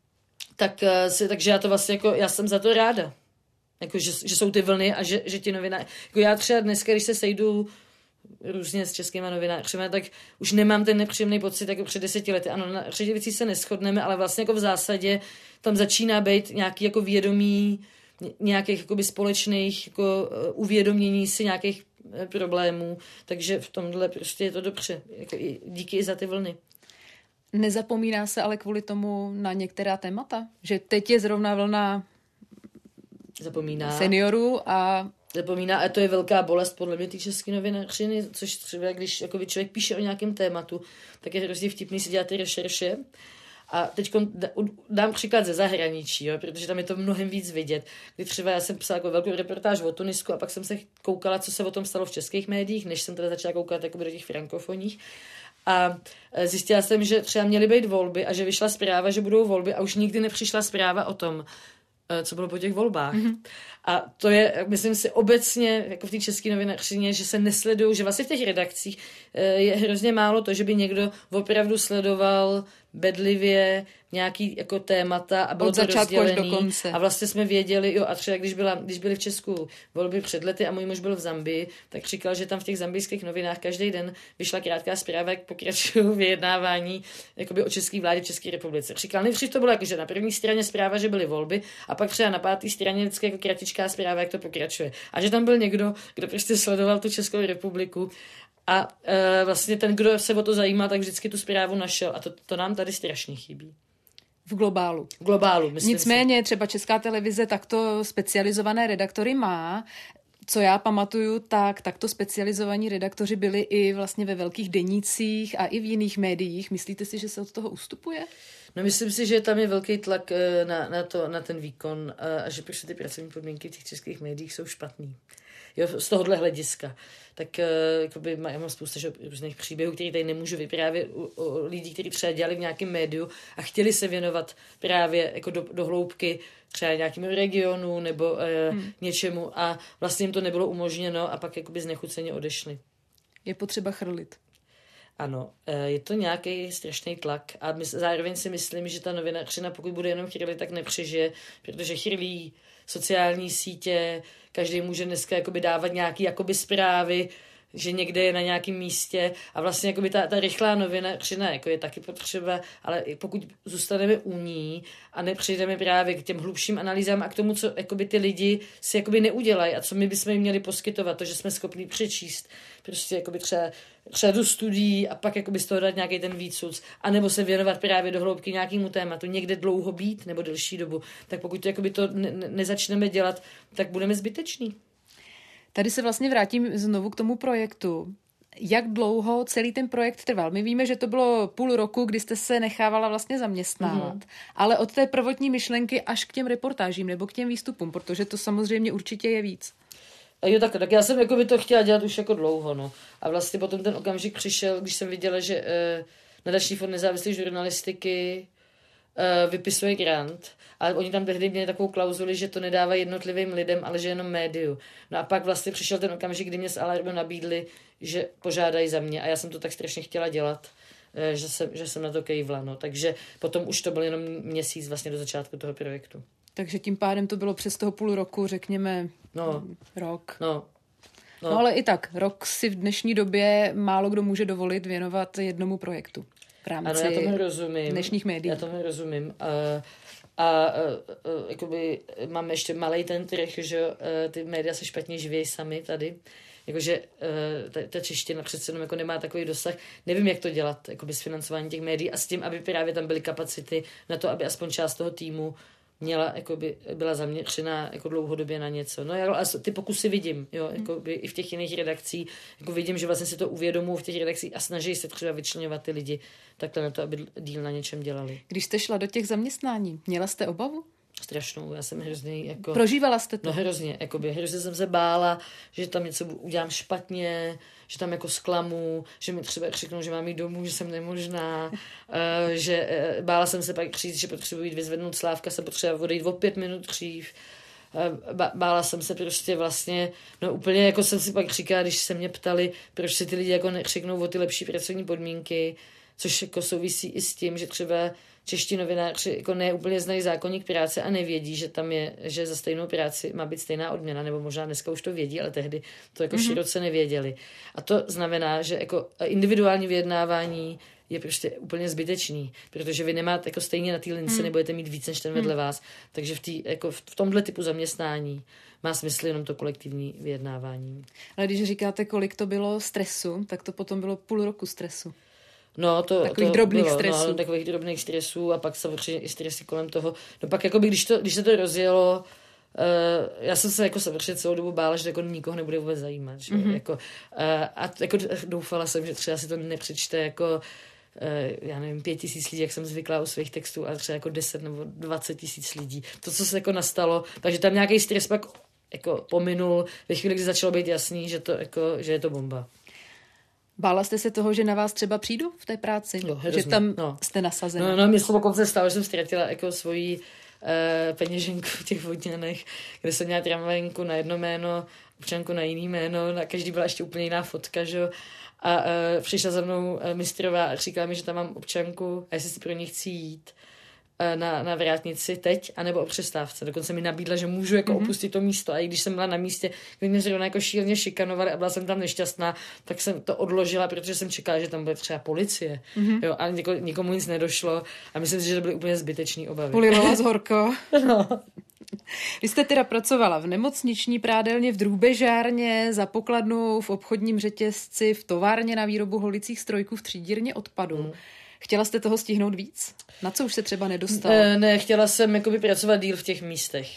Tak, takže já to vlastně jako, já jsem za to ráda. Jako, že, že jsou ty vlny a že, že ti novináři... Jako já třeba dneska, když se sejdu různě s českýma novináři, tak už nemám ten nepříjemný pocit jako před deseti lety. Ano, na řadě věcí se neshodneme, ale vlastně jako v zásadě tam začíná být nějaký jako vědomí nějakých jakoby společných jako uvědomění si nějakých problémů, takže v tomhle prostě je to dobře. Jako i, díky i za ty vlny. Nezapomíná se ale kvůli tomu na některá témata? Že teď je zrovna vlna Zapomíná. seniorů a... Zapomíná a to je velká bolest podle mě té české novinařiny, což třeba když jako člověk píše o nějakém tématu, tak je hrozně vtipný si dělat ty rešerše. A teď dám příklad ze zahraničí, jo, protože tam je to mnohem víc vidět. Kdy třeba já jsem psala jako velkou reportáž o Tunisku a pak jsem se koukala, co se o tom stalo v českých médiích, než jsem teda začala koukat jako do těch frankofonních. A zjistila jsem, že třeba měly být volby a že vyšla zpráva, že budou volby a už nikdy nepřišla zpráva o tom, co bylo po těch volbách. Mm-hmm. A to je, myslím si, obecně jako v té české novinařině, že se nesledují, že vlastně v těch redakcích je hrozně málo to, že by někdo opravdu sledoval bedlivě nějaký jako témata a bylo od to rozdělený. Do konce. A vlastně jsme věděli, jo, a třeba když, byla, když byly v Česku volby před lety a můj muž byl v Zambii, tak říkal, že tam v těch zambijských novinách každý den vyšla krátká zpráva, jak pokračují vyjednávání jakoby o české vládě v České republice. Říkal, nejdřív to bylo jako, že na první straně zpráva, že byly volby, a pak třeba na páté straně vždycky jako kratičká zpráva, jak to pokračuje. A že tam byl někdo, kdo prostě sledoval tu Českou republiku. A e, vlastně ten, kdo se o to zajímá, tak vždycky tu zprávu našel. A to, to nám tady strašně chybí. V globálu. V globálu, myslím Nicméně si. třeba Česká televize takto specializované redaktory má. Co já pamatuju, tak takto specializovaní redaktoři byli i vlastně ve velkých denících a i v jiných médiích. Myslíte si, že se od toho ustupuje? No, myslím si, že tam je velký tlak na, na, to, na ten výkon a že prostě ty pracovní podmínky v těch českých médiích jsou špatný. Jo, z tohohle hlediska. Tak jakoby, já mám spoustu že, různých příběhů, které tady nemůžu vyprávět o, o lidí, kteří třeba dělali v nějakém médiu a chtěli se věnovat právě jako do, do hloubky třeba nějakému regionu nebo eh, hmm. něčemu a vlastně jim to nebylo umožněno a pak jakoby znechuceně odešli. Je potřeba chrlit. Ano, je to nějaký strašný tlak a my, zároveň si myslím, že ta novinařina, pokud bude jenom chrlit, tak nepřežije, protože chrlí sociální sítě, každý může dneska jakoby dávat nějaký jakoby zprávy, že někde je na nějakém místě a vlastně jakoby ta, ta rychlá novinařina jako je taky potřeba, ale pokud zůstaneme u ní a nepřejdeme právě k těm hlubším analýzám a k tomu, co jakoby ty lidi si jakoby neudělají a co my bychom jim měli poskytovat, to, že jsme schopni přečíst prostě jakoby třeba řadu studií a pak jakoby z toho dát nějaký ten výcuc, anebo se věnovat právě do hloubky nějakému tématu, někde dlouho být nebo delší dobu, tak pokud to, jakoby to ne, ne, nezačneme dělat, tak budeme zbyteční. Tady se vlastně vrátím znovu k tomu projektu. Jak dlouho celý ten projekt trval? My víme, že to bylo půl roku, kdy jste se nechávala vlastně zaměstnávat, mm-hmm. ale od té prvotní myšlenky až k těm reportážím nebo k těm výstupům, protože to samozřejmě určitě je víc. A jo, tak, tak já jsem jako by to chtěla dělat už jako dlouho, no. A vlastně potom ten okamžik přišel, když jsem viděla, že eh, Nadační fond nezávislé žurnalistiky eh, vypisuje grant. Ale oni tam tehdy měli takovou klauzuli, že to nedávají jednotlivým lidem, ale že jenom médiu. No a pak vlastně přišel ten okamžik, kdy mě z Alarmu nabídli, že požádají za mě. A já jsem to tak strašně chtěla dělat, že jsem, že jsem na to kejvla. No. Takže potom už to byl jenom měsíc vlastně do začátku toho projektu. Takže tím pádem to bylo přes toho půl roku, řekněme, no. rok. No. No. no ale i tak, rok si v dnešní době málo kdo může dovolit věnovat jednomu projektu. V rámci ano, já tomu rozumím. Dnešních médií. Já tomu rozumím. Uh, A uh, uh, jakoby máme ještě malej ten trh, že uh, ty média se špatně živějí sami tady. Jakože uh, ta, ta čeština přece jenom jako nemá takový dosah. Nevím, jak to dělat jakoby s financováním těch médií a s tím, aby právě tam byly kapacity na to, aby aspoň část toho týmu měla, jakoby, byla zaměřená jako dlouhodobě na něco. No já ty pokusy vidím, jo, jakoby, i v těch jiných redakcích, jako vidím, že vlastně si to uvědomují v těch redakcích a snaží se třeba vyčleňovat ty lidi takhle na to, aby díl na něčem dělali. Když jste šla do těch zaměstnání, měla jste obavu? Strašnou, já jsem hrozný, jako... Prožívala jste to? No hrozně, jakoby, hrozně jsem se bála, že tam něco udělám špatně, že tam jako zklamu, že mi třeba řeknou, že mám jít domů, že jsem nemožná, uh, že uh, bála jsem se pak říct, že potřebuji jít vyzvednout Slávka, jsem potřeba odejít o pět minut dřív. Uh, bála jsem se prostě vlastně, no úplně jako jsem si pak říkala, když se mě ptali, proč si ty lidi jako neřeknou o ty lepší pracovní podmínky, což jako souvisí i s tím, že třeba čeští novináři jako ne úplně znají zákoník práce a nevědí, že tam je, že za stejnou práci má být stejná odměna, nebo možná dneska už to vědí, ale tehdy to jako mm-hmm. široce nevěděli. A to znamená, že jako individuální vyjednávání je prostě úplně zbytečný, protože vy nemáte jako stejně na té lince, mm. nebudete mít víc než ten vedle mm. vás. Takže v, tý, jako v tomhle typu zaměstnání má smysl jenom to kolektivní vyjednávání. Ale když říkáte, kolik to bylo stresu, tak to potom bylo půl roku stresu. No, to, takových to drobných bylo, stresů. No, takových drobných stresů a pak samozřejmě i stresy kolem toho. No pak jakoby, když, to, když se to rozjelo, uh, já jsem se jako samozřejmě celou dobu bála, že to jako nikoho nebude vůbec zajímat. Že? Mm-hmm. Jako, uh, a jako doufala jsem, že třeba si to nepřečte jako uh, já nevím, pět tisíc lidí, jak jsem zvyklá u svých textů, ale třeba jako deset nebo dvacet tisíc lidí. To, co se jako nastalo, takže tam nějaký stres pak jako pominul ve chvíli, kdy začalo být jasný, že, to, jako, že je to bomba. Bála jste se toho, že na vás třeba přijdu v té práci? No, že tam no. jste nasazená? No, no, mě se dokonce stalo, že jsem ztratila jako svoji uh, peněženku v těch Vodňanech, kde jsem měla tramvajenku na jedno jméno, občanku na jiný jméno, na každý byla ještě úplně jiná fotka, že? A uh, přišla za mnou uh, mistrová a říkala mi, že tam mám občanku a jestli si pro ní chci jít uh, na, na vrátnici teď, anebo o přestávce. Dokonce mi nabídla, že můžu jako mm-hmm. opustit to místo. A i když jsem byla na místě, kdy mě zrovna jako šíleně šikanovali a byla jsem tam nešťastná, tak jsem to odložila, protože jsem čekala, že tam bude třeba policie. Mm-hmm. Jo, a niko, nikomu nic nedošlo. A myslím si, že to byly úplně zbytečný obavy. Polilo vás horko. No. Vy jste teda pracovala v nemocniční prádelně, v drůbežárně, za pokladnou, v obchodním řetězci, v továrně na výrobu holicích strojků, v třídírně odpadu. Mm. Chtěla jste toho stihnout víc? Na co už se třeba nedostala? Ne, ne chtěla jsem jakoby pracovat díl v těch místech.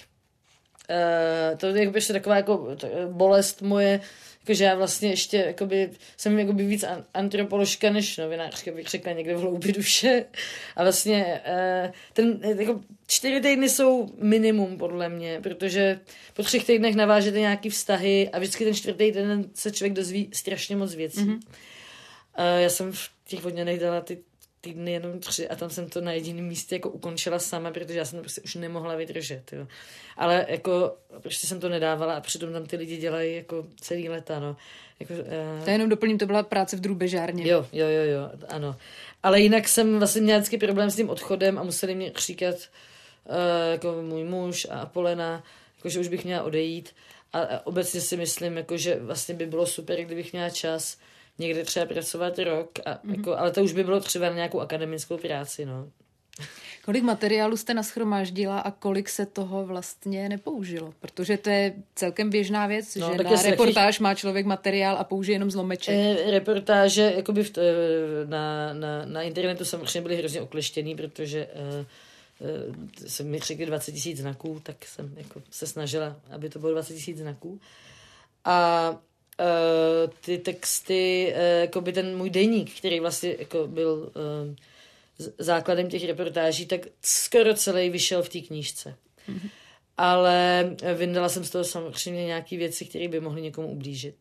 E, to je ještě taková jako bolest moje, jakože já vlastně ještě jakoby, jsem jakoby víc antropoložka než novinářka, bych řekla někde v hloubi duše. A vlastně e, ten, jako čtyři týdny jsou minimum podle mě, protože po třech týdnech navážete nějaký vztahy a vždycky ten čtvrtý týden se člověk dozví strašně moc věcí. Mm-hmm. E, já jsem v těch Vodňanech dala ty týdny jenom tři a tam jsem to na jediném místě jako ukončila sama, protože já jsem to prostě už nemohla vydržet, jo. Ale jako, prostě jsem to nedávala a přitom tam ty lidi dělají jako celý leta, no. Jako, uh... To jenom doplním, to byla práce v drůbežárně. Jo, jo, jo, jo, ano. Ale jinak jsem vlastně měla vždycky problém s tím odchodem a museli mě kříkat uh, jako můj muž a Apolena, jako, že už bych měla odejít. A, a obecně si myslím, jako, že vlastně by bylo super, kdybych měla čas někde třeba pracovat rok, a, mm-hmm. jako, ale to už by bylo třeba na nějakou akademickou práci, no. Kolik materiálu jste nashromáždila a kolik se toho vlastně nepoužilo? Protože to je celkem běžná věc, no, že na reportáž taky... má člověk materiál a použije jenom zlomeček. E, reportáže jakoby v, na, na, na internetu samozřejmě byly hrozně okleštěný, protože e, e, jsem mi řekli dvacet tisíc znaků, tak jsem jako se snažila, aby to bylo dvacet tisíc znaků. A e, ty texty, e, jakoby ten můj deník, který vlastně jako byl... E, základem těch reportáží, tak skoro celý vyšel v té knížce. Mm-hmm. Ale vyndala jsem z toho samozřejmě nějaké věci, které by mohly někomu ublížit.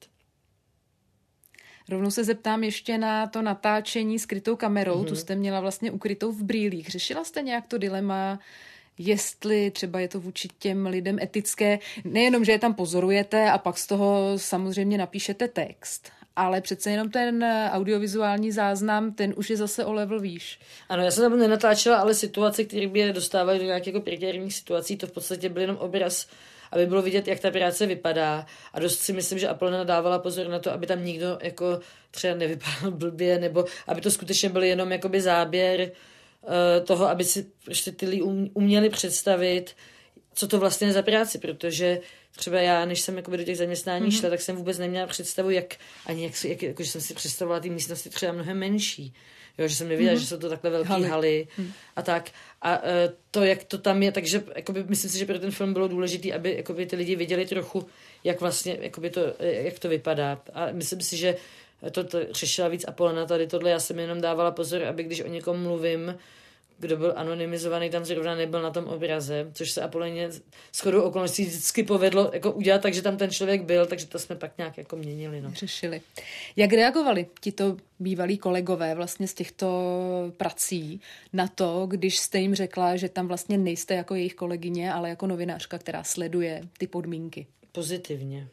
Rovnou se zeptám ještě na to natáčení skrytou kamerou. Mm-hmm. Tu jste měla vlastně ukrytou v brýlích. Řešila jste nějak to dilema, jestli třeba je to vůči těm lidem etické, nejenom, že je tam pozorujete a pak z toho samozřejmě napíšete text, ale přece jenom ten audiovizuální záznam, ten už je zase o level výš. Ano, já jsem tam nenatáčela, ale situace, které by je dostávaly do nějakých jako prekérních situací, to v podstatě byl jenom obraz, aby bylo vidět, jak ta práce vypadá. A dost si myslím, že Apolena dávala pozor na to, aby tam nikdo jako třeba nevypadal blbě, nebo aby to skutečně byl jenom jakoby záběr uh, toho, aby si prostě ty lidi uměli představit, co to vlastně je za práci, protože třeba já, než jsem do těch zaměstnání mm-hmm. šla, tak jsem vůbec neměla představu, jak, ani jak, jak jako, že jsem si představovala ty místnosti třeba mnohem menší. Jo, že jsem nevěděla, mm-hmm. že jsou to takhle velké haly, haly mm. a tak. A uh, to, jak to tam je, takže jakoby, myslím si, že pro ten film bylo důležité, aby jakoby, ty lidi viděli trochu, jak vlastně jakoby to, jak to vypadá. A myslím si, že to, to řešila víc Apolena tady tohle. Já jsem jenom dávala pozor, aby když o někom mluvím, kdo byl anonymizovaný, tam zrovna nebyl na tom obraze, což se Apoleně shodou okolností vždycky povedlo jako udělat tak, že tam ten člověk byl, takže to jsme pak nějak jako měnili. No. Řešili. Jak reagovali tito bývalí kolegové vlastně z těchto prací na to, když jste jim řekla, že tam vlastně nejste jako jejich kolegyně, ale jako novinářka, která sleduje ty podmínky? Pozitivně.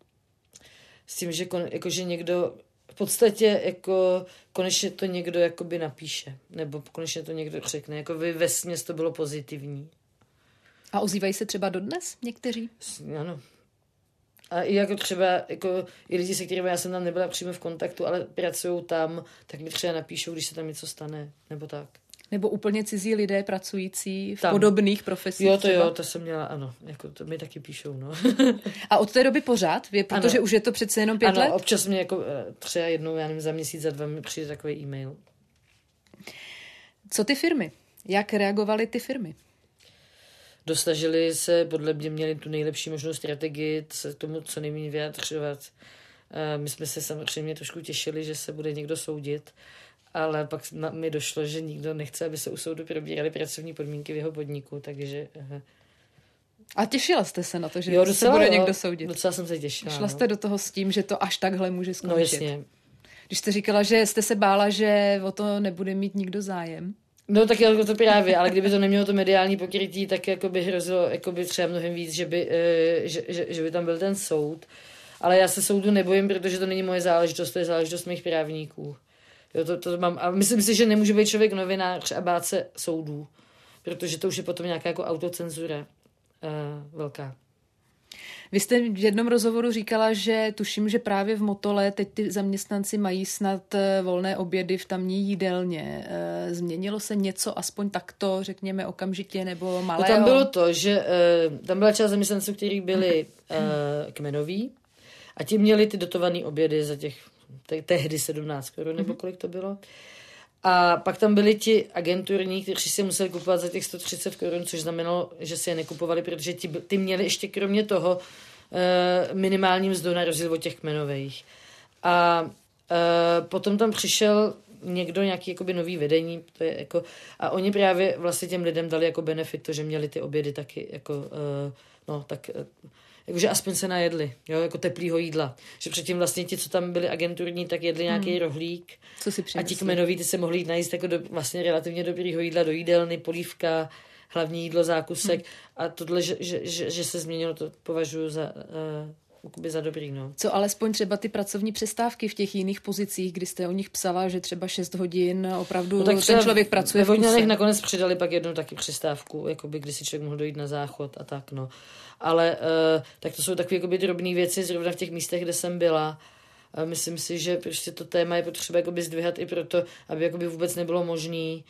S tím, že, jako, že někdo v podstatě jako konečně to někdo jakoby napíše, nebo konečně to někdo řekne. Jako vy vesměs to bylo pozitivní. A ozývají se třeba dodnes někteří? Ano. A i jako třeba jako i lidi, se kterými já jsem tam nebyla přímo v kontaktu, ale pracují tam, tak mi třeba napíšou, když se tam něco stane, nebo tak. Nebo úplně cizí lidé pracující v tam. podobných profesích. Jo, to třeba? Jo, to jsem měla, ano. Jako to mi taky píšou, no. A od té doby pořád? Je, protože ano. už je to přece jenom pět ano, let? Ano, občas mě jako třeba jednou, já nevím, za měsíc, za dva mi přijde takový e-mail. Co ty firmy? Jak reagovaly ty firmy? Dostažili se, podle mě měli tu nejlepší možnou strategii, se tomu co nejméně vyjadřovat. My jsme se samozřejmě trošku těšili, že se bude někdo soudit, ale pak mi došlo, že nikdo nechce, aby se u soudu probíraly pracovní podmínky v jeho podniku, takže... A těšila jste se na to, že jo, docela, se bude jo, někdo soudit? Docela jsem se těšila. Šla jste no. do toho s tím, že to až takhle může skončit? No jasně. Když jste říkala, že jste se bála, že o to nebude mít nikdo zájem? No tak jako to právě, ale kdyby to nemělo to mediální pokrytí, tak jako by hrozilo jako by třeba mnohem víc, že by, že, že, že by tam byl ten soud. Ale já se soudu nebojím, protože to není moje záležitost, to je záležitost mých právníků. Jo, to, to mám. A myslím si, že nemůže být člověk novinář a bát se soudů, protože to už je potom nějaká jako autocenzura uh, velká. Vy jste v jednom rozhovoru říkala, že tuším, že právě v Motole teď ty zaměstnanci mají snad volné obědy v tamní jídelně. Změnilo se něco aspoň takto, řekněme okamžitě, nebo malého? No tam bylo to, že uh, tam byla část zaměstnanců, kteří byli uh, kmenoví a ti měli ty dotované obědy za těch te- tehdy sedmnáct korun, nebo kolik to bylo. A pak tam byli ti agenturní, kteří si museli kupovat za těch sto třicet korun, což znamenalo, že si je nekupovali, protože ti, ty měli ještě kromě toho e, minimální mzdu na rozdíl od těch kmenových. A e, potom tam přišel někdo, nějaký jakoby nový vedení, to je jako, a oni právě vlastně těm lidem dali jako benefit to, že měli ty obědy taky jako, uh, no tak, uh, jakože aspoň se najedli, jo, jako teplýho jídla. Že předtím vlastně ti, co tam byli agenturní, tak jedli nějaký hmm. rohlík. Co si a ti kmenoví, ty se mohli jít najíst jako do, vlastně relativně dobrýho jídla do jídelny, polívka, hlavní jídlo, zákusek hmm. a tohle, že, že, že, že se změnilo, to považuji za... Uh, za dobrý, no. Co alespoň třeba ty pracovní přestávky v těch jiných pozicích, kdy jste o nich psala, že třeba šest hodin opravdu no, tak ten člověk pracuje v kuse. Vodňanech nakonec přidali pak jednou taky přestávku, jakoby, kdy si člověk mohl dojít na záchod a tak, no. Ale uh, tak to jsou takové jakoby drobné věci zrovna v těch místech, kde jsem byla. A myslím si, že prostě to téma je potřeba jakoby zdvihat i proto, aby jakoby vůbec nebylo možný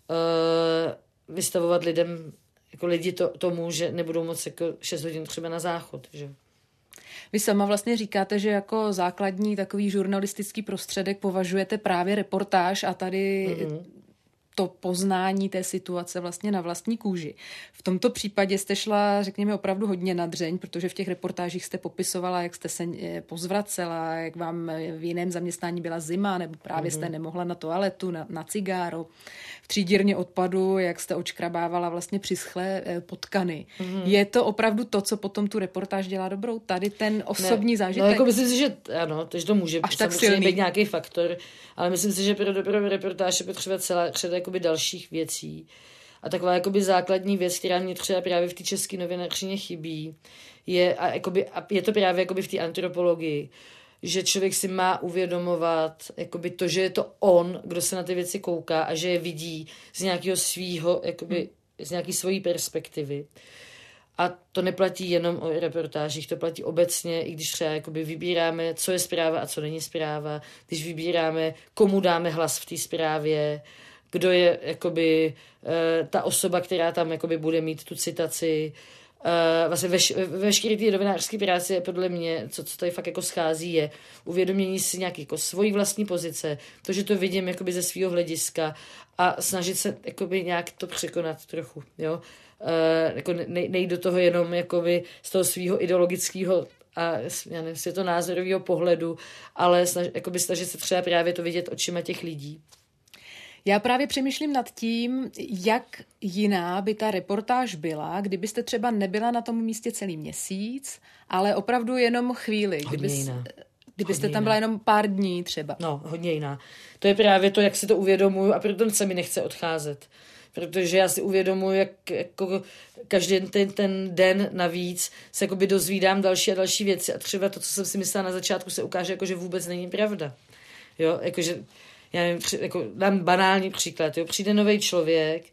uh, vystavovat lidem, jako lidi to, tomu, že nebudou moc jako šest hodin třeba na záchod, že. Vy sama vlastně říkáte, že jako základní takový žurnalistický prostředek považujete právě reportáž a tady mm-hmm. to poznání té situace vlastně na vlastní kůži. V tomto případě jste šla, řekněme, opravdu hodně na dřeň, protože v těch reportážích jste popisovala, jak jste se pozvracela, jak vám v jiném zaměstnání byla zima, nebo právě mm-hmm. jste nemohla na toaletu, na, na cigáro. V třídírně odpadu, jak jste očkrabávala vlastně přischlé potkany. Mm-hmm. Je to opravdu to, co potom tu reportáž dělá dobrou? Tady ten osobní ne, zážitek? No jako myslím si, že ano, takže to může až tak silný být nějaký faktor, ale myslím si, že pro dobrou reportáž je potřeba celá řada jakoby dalších věcí. A taková jakoby základní věc, která mě třeba právě v té české novinařině chybí, je, a jakoby, a je to právě jakoby v té antropologii, že člověk si má uvědomovat jakoby to, že je to on, kdo se na ty věci kouká a že je vidí z nějakého svýho, jakoby, hmm. z nějaký svojí perspektivy. A to neplatí jenom o reportážích, to platí obecně, i když třeba jakoby vybíráme, co je zpráva a co není zpráva, když vybíráme, komu dáme hlas v té zprávě, kdo je jakoby, uh, ta osoba, která tam jakoby bude mít tu citaci. Uh, vlastně veš, veškerý ty novinářské práce podle mě, co, co tady fakt jako schází, je uvědomění si nějaký jako svojí vlastní pozice, to, že to vidím jakoby ze svého hlediska a snažit se jakoby nějak to překonat trochu, jo. Uh, jako nej, nejde do toho jenom jakoby z toho svého ideologického a já nevím, světonázorového pohledu, ale snaž, jakoby snažit se třeba právě to vidět očima těch lidí. Já právě přemýšlím nad tím, jak jiná by ta reportáž byla, kdybyste třeba nebyla na tom místě celý měsíc, ale opravdu jenom chvíli. Hodně jiná. Kdybyste hodně tam byla jiná. jenom pár dní třeba. No, hodně jiná. To je právě to, jak si to uvědomuju a proto se mi nechce odcházet. Protože já si uvědomuji, jak jako každý ten, ten den navíc se jakoby dozvídám další a další věci a třeba to, co jsem si myslela na začátku, se ukáže, jako, že vůbec není pravda. Jo, jakože já nevím, jako, dám banální příklad, jo, přijde nový člověk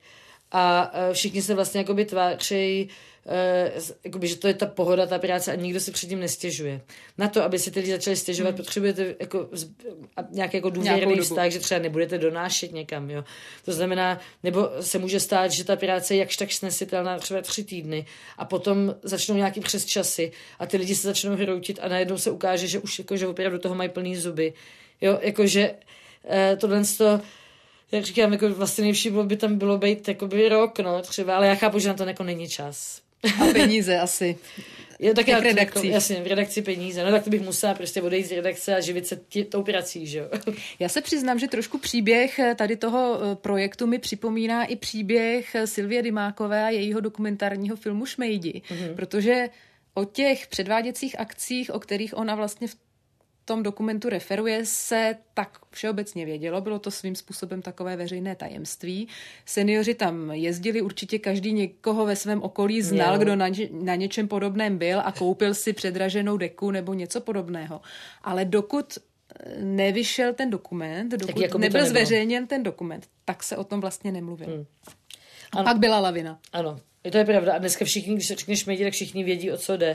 a všichni se vlastně jakoby tvářejí, uh, jakoby, že to je ta pohoda, ta práce a nikdo si předtím nestěžuje. Na to, aby si ty lidi začali stěžovat, hmm. potřebujete jako, nějaký jako důvěrný vztah, že třeba nebudete donášet někam, jo. To znamená, nebo se může stát, že ta práce je jakž tak snesitelná třeba tři týdny a potom začnou nějaký přesčasy a ty lidi se začnou hroutit a najednou se ukáže, že už jako, že opravdu toho mají plný zuby. Jo, jakože Uh, tohle to, jak říkám, jako vlastně nejlepší bylo by tam bylo být jakoby rok, no, třeba, ale já chápu, že na to jako není čas. A peníze asi. Je tak v redakci. Jako, jasně, v redakci peníze, no tak to bych musela prostě odejít z redakce a živit se tě, tou prací, že jo. Já se přiznám, že trošku příběh tady toho projektu mi připomíná i příběh Sylvie Dymákové a jejího dokumentárního filmu Šmejdi, mm-hmm. protože o těch předváděcích akcích, o kterých ona vlastně v tom dokumentu referuje, se tak všeobecně vědělo, bylo to svým způsobem takové veřejné tajemství. Seniori tam jezdili, určitě každý někoho ve svém okolí znal, kdo na, na něčem podobném byl a koupil si předraženou deku nebo něco podobného. Ale dokud nevyšel ten dokument, dokud jako nebyl zveřejněn ten dokument, tak se o tom vlastně nemluvil. Hmm. A pak byla lavina. Ano, to je pravda. A dneska všichni, když se řekneš Šmejdi, tak všichni vědí, o co jde.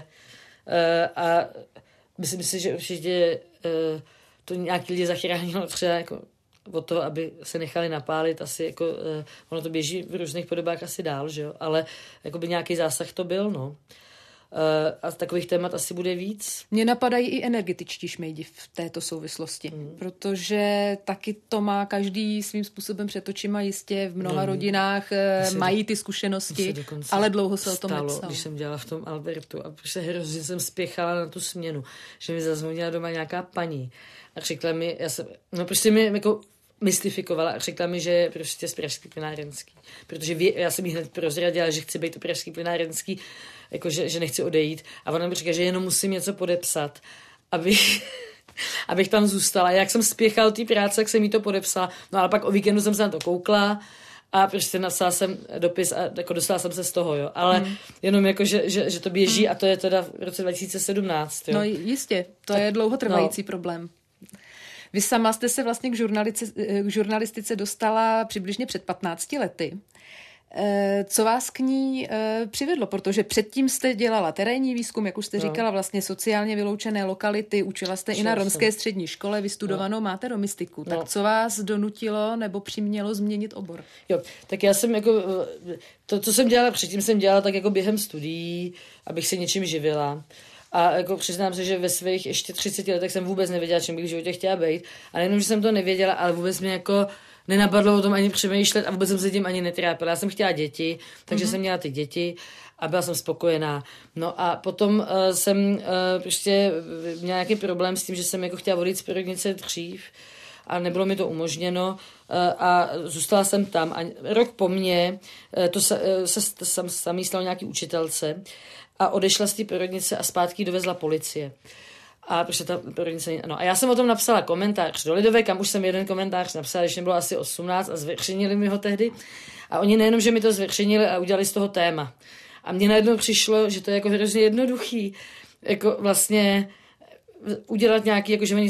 Uh, a myslím si, že určitě uh, to nějaký lidi zachránilo třeba jako od toho, aby se nechali napálit, asi jako, uh, ono to běží v různých podobách asi dál, že jo, ale jakoby nějaký zásah to byl, no. Uh, a takových témat asi bude víc. Mně napadají i energetičtí šmejdi v této souvislosti, mm. protože taky to má každý svým způsobem před očima, jistě v mnoha no, rodinách uh, mají ty zkušenosti, ale dlouho se stalo, o tom nepsalo. Když jsem dělala v tom Albertu a prostě hrozně jsem spěchala na tu směnu, že mi zazvonila doma nějaká paní a řekla mi, já jsem, no prostě mi jako mystifikovala a řekla mi, že je prostě z Pražský plynárenský. Protože vě, já jsem jí hned prozradila, že chci být to Pražský plynárenský, jako že, že nechci odejít. A ona mi říká, že jenom musím něco podepsat, abych, abych tam zůstala. Jak jsem spěchal té práce, tak jsem jí to podepsala. No ale pak o víkendu jsem se na to koukla a prostě napsala jsem dopis a jako dostala jsem se z toho, jo. Ale hmm. jenom jako, že, že, že to běží hmm. a to je teda v roce dva tisíce sedmnáct, jo. No jistě, to tak, je dlouhotrvající no. problém. Vy sama jste se vlastně k, k žurnalistice dostala přibližně před patnácti lety. Co vás k ní přivedlo? Protože předtím jste dělala terénní výzkum, jak už jste no. říkala, vlastně sociálně vyloučené lokality, učila jste Šel i na romské jsem. střední škole, vystudovanou no. máte romistiku. No. Tak co vás donutilo nebo přimělo změnit obor? Jo, tak já jsem jako, to, co jsem dělala předtím, jsem dělala tak jako během studií, abych se něčím živila. A jako přiznám se, že ve svých ještě třiceti letech jsem vůbec nevěděla, čím bych v životě chtěla být. A nejenom, že jsem to nevěděla, ale vůbec mě jako nenapadlo o tom ani přemýšlet a vůbec jsem se tím ani netrápila. Já jsem chtěla děti, takže mm-hmm. jsem měla ty děti a byla jsem spokojená. No a potom uh, jsem uh, prostě měla nějaký problém s tím, že jsem jako chtěla odejít z porodnice dřív a nebylo mi to umožněno uh, a zůstala jsem tam. A rok po mně uh, to se, uh, se, se sam, samý stalo nějaký učitelce a odešla z té porodnice a zpátky dovezla policie. A prostě ta porodnice... No a já jsem o tom napsala komentář do Lidové, kam už jsem jeden komentář napsala, když mě bylo asi osmnáct a zveřejnili mi ho tehdy. A oni nejenom, že mi to zveřejnili a udělali z toho téma. A mně najednou přišlo, že to je jako hrozně jednoduchý. Jako vlastně udělat nějaký, jako že oni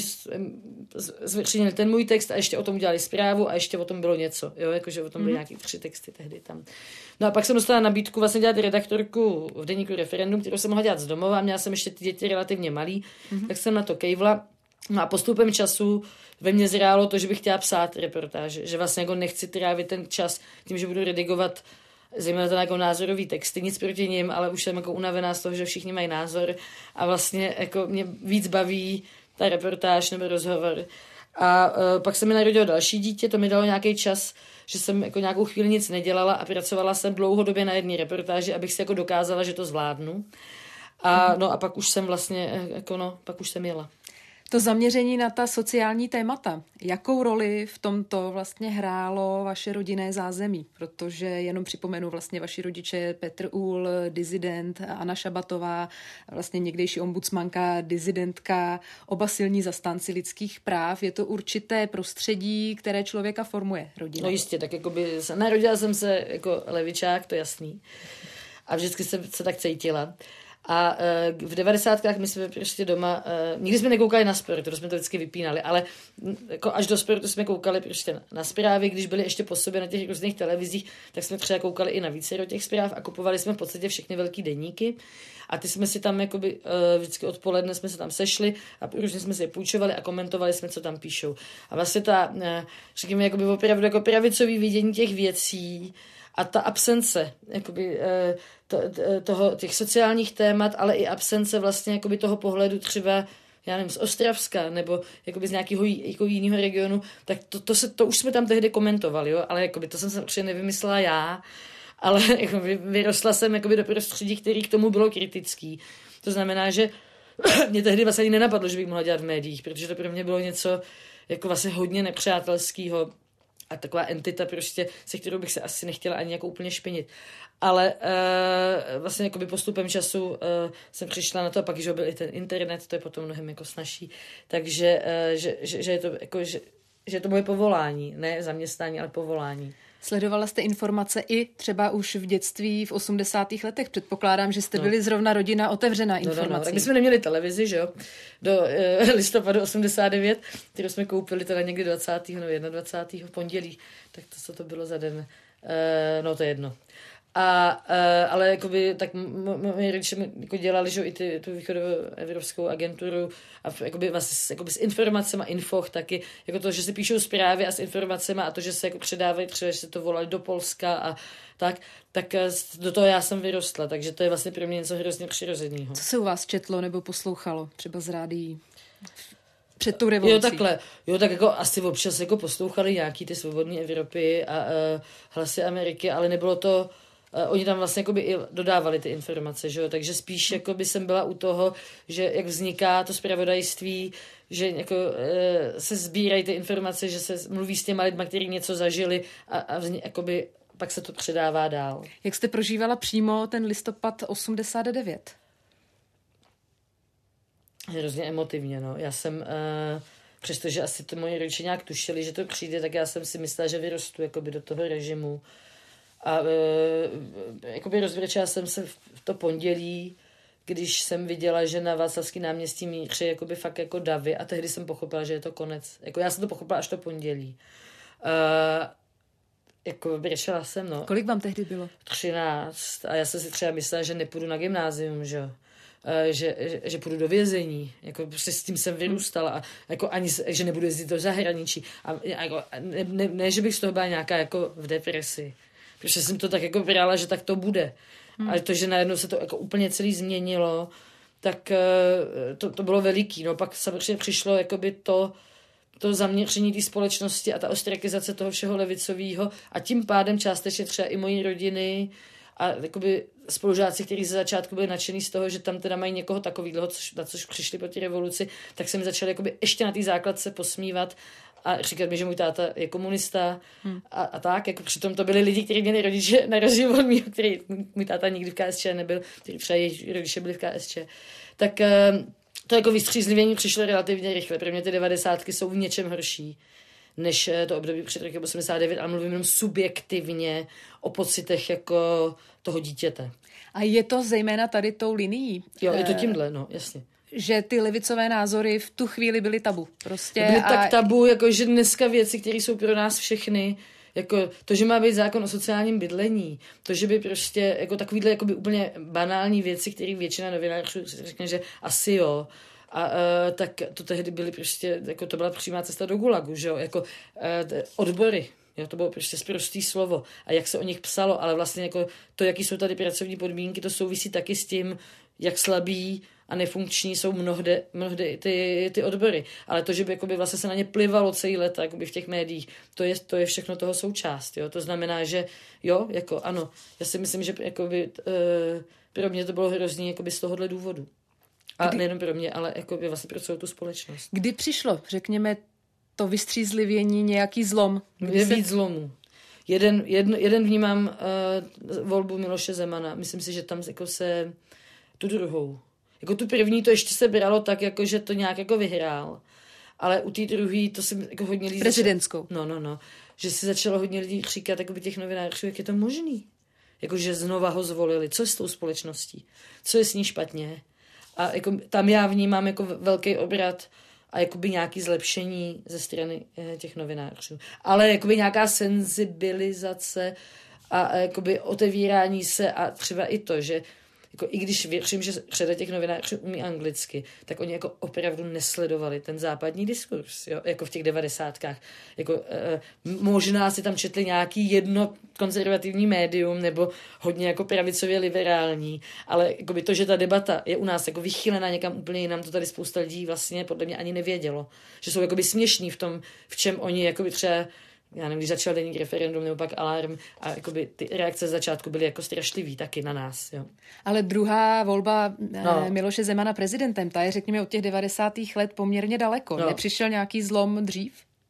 zveřejnili ten můj text a ještě o tom udělali zprávu a ještě o tom bylo něco. Jo, jakože o tom byly mm-hmm. nějaký tři texty tehdy tam. No a pak jsem dostala nabídku vlastně dělat redaktorku v deníku Referendum, kterou jsem mohla dělat z domova a měla jsem ještě ty děti relativně malý, mm-hmm. tak jsem na to kejvla. No a postupem času ve mně zrálo to, že bych chtěla psát reportáže, že vlastně jako nechci trávit ten čas tím, že budu redigovat zejména to jako názorový texty, nic proti nim, ale už jsem jako unavená z toho, že všichni mají názor a vlastně jako mě víc baví ta reportáž nebo rozhovor. A uh, pak se mi narodilo další dítě, to mi dalo nějaký čas, že jsem jako nějakou chvíli nic nedělala a pracovala jsem dlouhodobě na jedné reportáži, abych si jako dokázala, že to zvládnu. A no a pak už jsem vlastně, jako no, pak už jsem jela. To zaměření na ta sociální témata, jakou roli v tomto vlastně hrálo vaše rodinné zázemí? Protože jenom připomenu vlastně vaši rodiče Petr Uhl, disident, Anna Šabatová, vlastně někdejší ombudsmanka, dizidentka, oba silní zastánci lidských práv. Je to určité prostředí, které člověka formuje, rodina. No jistě, tak jakoby narodila jsem se jako levičák, to jasný. A vždycky jsem se tak cítila. A uh, v devadesátkách my jsme prostě doma, uh, nikdy jsme nekoukali na sport, to jsme to vždycky vypínali, ale jako až do sportu jsme koukali prostě na, na zprávy, když byli ještě po sobě na těch různých televizích, tak jsme třeba koukali i na více do těch zpráv a kupovali jsme v podstatě všechny velký deníky a ty jsme si tam jakoby, uh, vždycky odpoledne jsme se tam sešli a různě jsme si je půjčovali a komentovali jsme, co tam píšou. A vlastně ta, uh, řekněme, jakoby opravdu jako pravicový vidění těch věcí a ta absence jakoby, to, toho, těch sociálních témat, ale i absence vlastně jakoby toho pohledu třeba, já nevím, z Ostravska nebo jakoby z nějakého jako jiného regionu, tak to, to, se, to už jsme tam tehdy komentovali, jo? Ale jakoby, to jsem se určitě nevymyslela já, ale jakoby, vyrostla jsem jakoby do prostředí, který k tomu bylo kritický. To znamená, že mě tehdy vlastně ani nenapadlo, že bych mohla dělat v médiích, protože to pro mě bylo něco jako vlastně hodně nepřátelského a taková entita prostě, se kterou bych se asi nechtěla ani jako úplně špinit. Ale uh, vlastně jakoby postupem času uh, jsem přišla na to a pak, že byl i ten internet, to je potom mnohem jako snazší. Takže uh, že, že, že, je to, jako, že, že je to moje povolání, ne zaměstnání, ale povolání. Sledovala jste informace i třeba už v dětství v osmdesátých letech. Předpokládám, že jste byli no. zrovna rodina otevřená informací. No, no, no. Tak my jsme neměli televizi, že jo, do uh, listopadu osmdesát devět, kterou jsme koupili teda někdy dvacátého nebo dvacátého prvního pondělí. Tak to, co to bylo za den. Uh, no, to je jedno. A, uh, ale jakoby, tak moji rodiče jako dělali, že i ty, tu východoevropskou agenturu a jakoby, vlastně, jakoby s informacemi a infoch taky, jako to, že se píšou zprávy a s informacemi a to, že se jako předávají, třeba, že se to volali do Polska a tak, tak do toho já jsem vyrostla, takže to je vlastně pro mě něco hrozně přirozeného. Co se u vás četlo nebo poslouchalo, třeba z rádií? Před tou revolucí. Jo, takhle. Jo, tak jako asi občas jako poslouchali nějaký ty svobodné Evropy a uh, hlasy Ameriky, ale nebylo to Uh, oni tam vlastně jakoby i dodávali ty informace, že jo? Takže spíš jakoby jsem byla u toho, že jak vzniká to zpravodajství, že jako, uh, se sbírají ty informace, že se mluví s těma lidma, kteří něco zažili a, a vzni, jakoby, pak se to předává dál. Jak jste prožívala přímo ten listopad osmdesát devět? Hrozně emotivně, no. Já jsem, uh, přestože asi to moji rodiče nějak tušili, že to přijde, tak já jsem si myslela, že vyrostu jakoby do toho režimu. A uh, jakoby rozbrečela jsem se v to pondělí, když jsem viděla, že na Václavský náměstí míří jakoby fakt jako davy a tehdy jsem pochopila, že je to konec. Jako já jsem to pochopila až to pondělí. Uh, jako brečela jsem, no. Kolik vám tehdy bylo? třináct. A já jsem si třeba myslela, že nepůjdu na gymnázium, že jo. Že, že, že půjdu do vězení, jako prostě s tím jsem vyrůstala a jako ani, že nebudu jezdit do zahraničí a jako, ne, ne, ne, že bych z toho byla nějaká jako v depresi, protože jsem to tak jako brala, že tak to bude. Hmm. Ale to, že najednou se to jako úplně celý změnilo, tak to, to bylo veliký, no pak samozřejmě přišlo jakoby to, to zaměření té společnosti a ta ostrakizace toho všeho levicového a tím pádem částečně třeba i mojí rodiny a jakoby spolužáci, kteří ze začátku byli nadšený z toho, že tam teda mají někoho takového, což, na což přišli po té revoluci, tak se mi začali jakoby ještě na té základce posmívat a říkat mi, že můj táta je komunista hmm. a, a tak. Jako přitom to byli lidi, kteří měli rodiče na rozdíl od mýho, který můj táta nikdy v K S Č nebyl, který třeba jejich rodiče byli v K S Č. Tak to jako vystřízlivění přišlo relativně rychle. Pro mě ty devadesátky jsou v něčem horší než to období před rokem osmdesát devět, ale mluvím jenom subjektivně o pocitech jako toho dítěte. A je to zejména tady tou linií? Jo, je to tímhle, no, jasně. Že ty levicové názory v tu chvíli byly tabu. Prostě byly a... tak tabu, jako že dneska věci, které jsou pro nás všechny, jako to, že má být zákon o sociálním bydlení, to, že by prostě jako takovýhle jakoby úplně banální věci, které většina novinářů řekne, že asi jo, a uh, tak to tehdy byly prostě, jako to byla přímá cesta do gulagu, že jo, jako uh, odbory, jo, to bylo prostě sprostý slovo a jak se o nich psalo, ale vlastně jako to, jaký jsou tady pracovní podmínky, to souvisí taky s tím, jak slabí a nefunkční jsou mnohde, mnohdy ty, ty odbory. Ale to, že by jakoby vlastně se na ně plivalo celý let jakoby v těch médiích, to je, to je všechno toho součást. Jo? To znamená, že jo, jako ano, já si myslím, že jakoby, uh, pro mě to bylo hrozný jakoby z tohohle důvodu. A Kdy... nejenom pro mě, ale jakoby vlastně pro celou tu společnost. Kdy přišlo, řekněme, to vystřízlivění, nějaký zlom? Je se... víc zlomů. Jeden, jeden, jeden vnímám uh, volbu Miloše Zemana. Myslím si, že tam jako se tu druhou. Jako tu první to ještě se bralo tak, jako, že to nějak jako vyhrál. Ale u té druhé to si jako hodně lidí... Prezidentskou. Začalo, no, no, no. Že si začalo hodně lidí říkat jako by těch novinářů, jak je to možný. Jako, že znova ho zvolili. Co je s tou společností? Co je s ní špatně? A jako, tam já vnímám jako velký obrat a jakoby nějaký zlepšení ze strany těch novinářů. Ale jakoby nějaká senzibilizace a, a jakoby otevírání se a třeba i to, že jako i když věřím, že řada těch novinářů umí anglicky, tak oni jako opravdu nesledovali ten západní diskurs, jo? Jako v těch devadesátkách. Jako, e, možná si tam četli nějaký jedno konzervativní médium nebo hodně jako pravicově liberální, ale jako by to, že ta debata je u nás jako vychylená někam úplně jinam, to tady spousta lidí vlastně podle mě ani nevědělo. Že jsou jakoby směšní v tom, v čem oni jakoby třeba já nevím, když začal deník Referendum nebo pak Alarm a jakoby ty reakce z začátku byly jako strašlivý taky na nás. Jo. Ale druhá volba no. Miloše Zemana prezidentem, ta je řekněme od těch devadesátých let poměrně daleko. No. Nepřišel nějaký zlom dřív?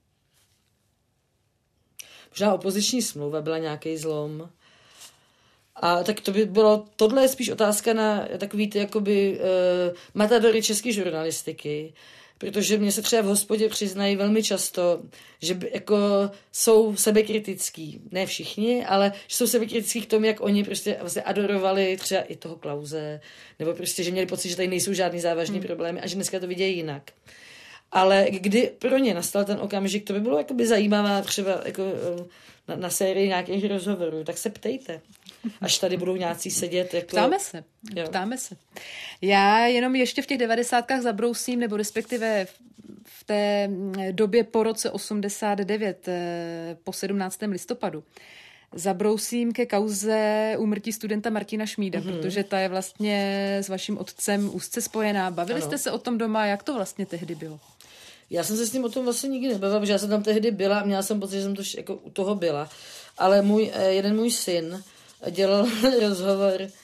Možná opoziční smlouva byla nějaký zlom. A tak to by bylo, tohle je spíš otázka na takový ty jakoby uh, matadory české žurnalistiky, protože mě se třeba v hospodě přiznají velmi často, že by, jako jsou sebekritický. Ne všichni, ale že jsou sebekritický k tomu, jak oni prostě vlastně adorovali třeba i toho Klause, nebo prostě, že měli pocit, že tady nejsou žádný závažný hmm. problémy a že dneska to vidějí jinak. Ale kdy pro ně nastal ten okamžik, to by bylo jakoby zajímavá třeba jako na, na sérii nějakých rozhovorů, tak se ptejte. Až tady budou nějací sedět. Jako... Ptáme se. Jo. Ptáme se. Já jenom ještě v těch devadesátkách zabrousím, nebo respektive v té době po roce osmdesát devět, po sedmnáctého listopadu, zabrousím ke kauze úmrtí studenta Martina Šmída, mm-hmm. protože ta je vlastně s vaším otcem úzce spojená. Bavili ano. jste se o tom doma, jak to vlastně tehdy bylo? Já jsem se s ním o tom vlastně nikdy nebavila, protože já jsem tam tehdy byla a měla jsem pocit, že jsem to jako u toho byla. Ale můj, jeden můj syn dělal rozhovor uh,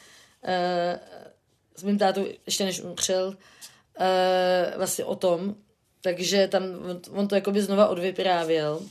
s mým tátou, ještě než umřel, uh, vlastně o tom, takže tam on, on to jakoby znova odvyprávěl.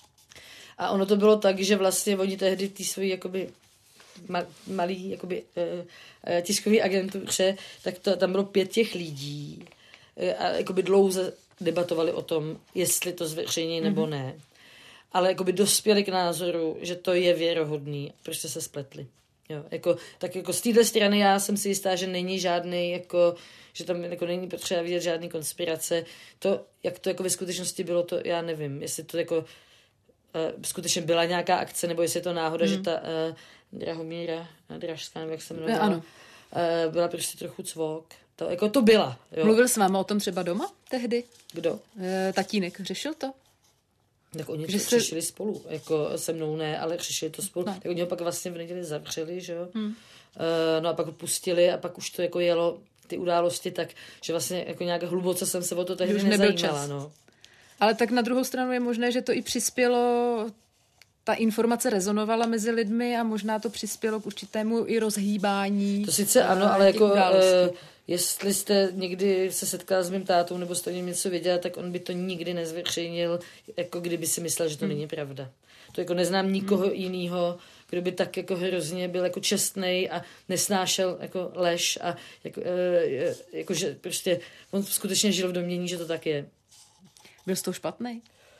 A ono to bylo tak, že vlastně oni tehdy v té svojí jakoby ma, malý jakoby uh, tiskový agentuře, tak to, tam bylo pět těch lidí uh, a jakoby dlouze debatovali o tom, jestli to zveřejní nebo mm-hmm. ne. Ale jakoby dospěli k názoru, že to je věrohodný. Prostě se spletli. Jo, jako, tak jako z téhle strany já jsem si jistá, že není žádný, jako, že tam jako není potřeba vidět žádný konspirace. To, jak to jako ve skutečnosti bylo, to já nevím. Jestli to jako uh, skutečně byla nějaká akce, nebo jestli je to náhoda, mm. že ta uh, Drahomíra Dražská, nebo jak se jmenovala, ano. Uh, byla prostě trochu cvok. To, jako to byla. Jo. Mluvil s váma o tom třeba doma tehdy? Kdo? E, tatínek řešil to? Tak oni že to se... řešili spolu, jako se mnou ne, ale řešili to spolu. No. Tak oni ho pak vlastně v neděli zavřeli, že jo. Hmm. Uh, no a pak ho pustili a pak už to jako jelo ty události tak, že vlastně jako nějak hluboce jsem se o to tehdy nezajímala, no. Ale tak na druhou stranu je možné, že to i přispělo, ta informace rezonovala mezi lidmi a možná to přispělo k určitému i rozhýbání. To sice ano, ale jako uh, jestli jste někdy se setkala s mým tátou nebo jste o něm něco věděla, tak on by to nikdy nezveřejnil, jako kdyby si myslel, že to hmm. není pravda. To jako neznám nikoho hmm. jiného, kdo by tak jako hrozně byl jako čestnej a nesnášel jako lež a jako, uh, jako že prostě on skutečně žil v domnění, že to tak je. Byl jsi to špatnej?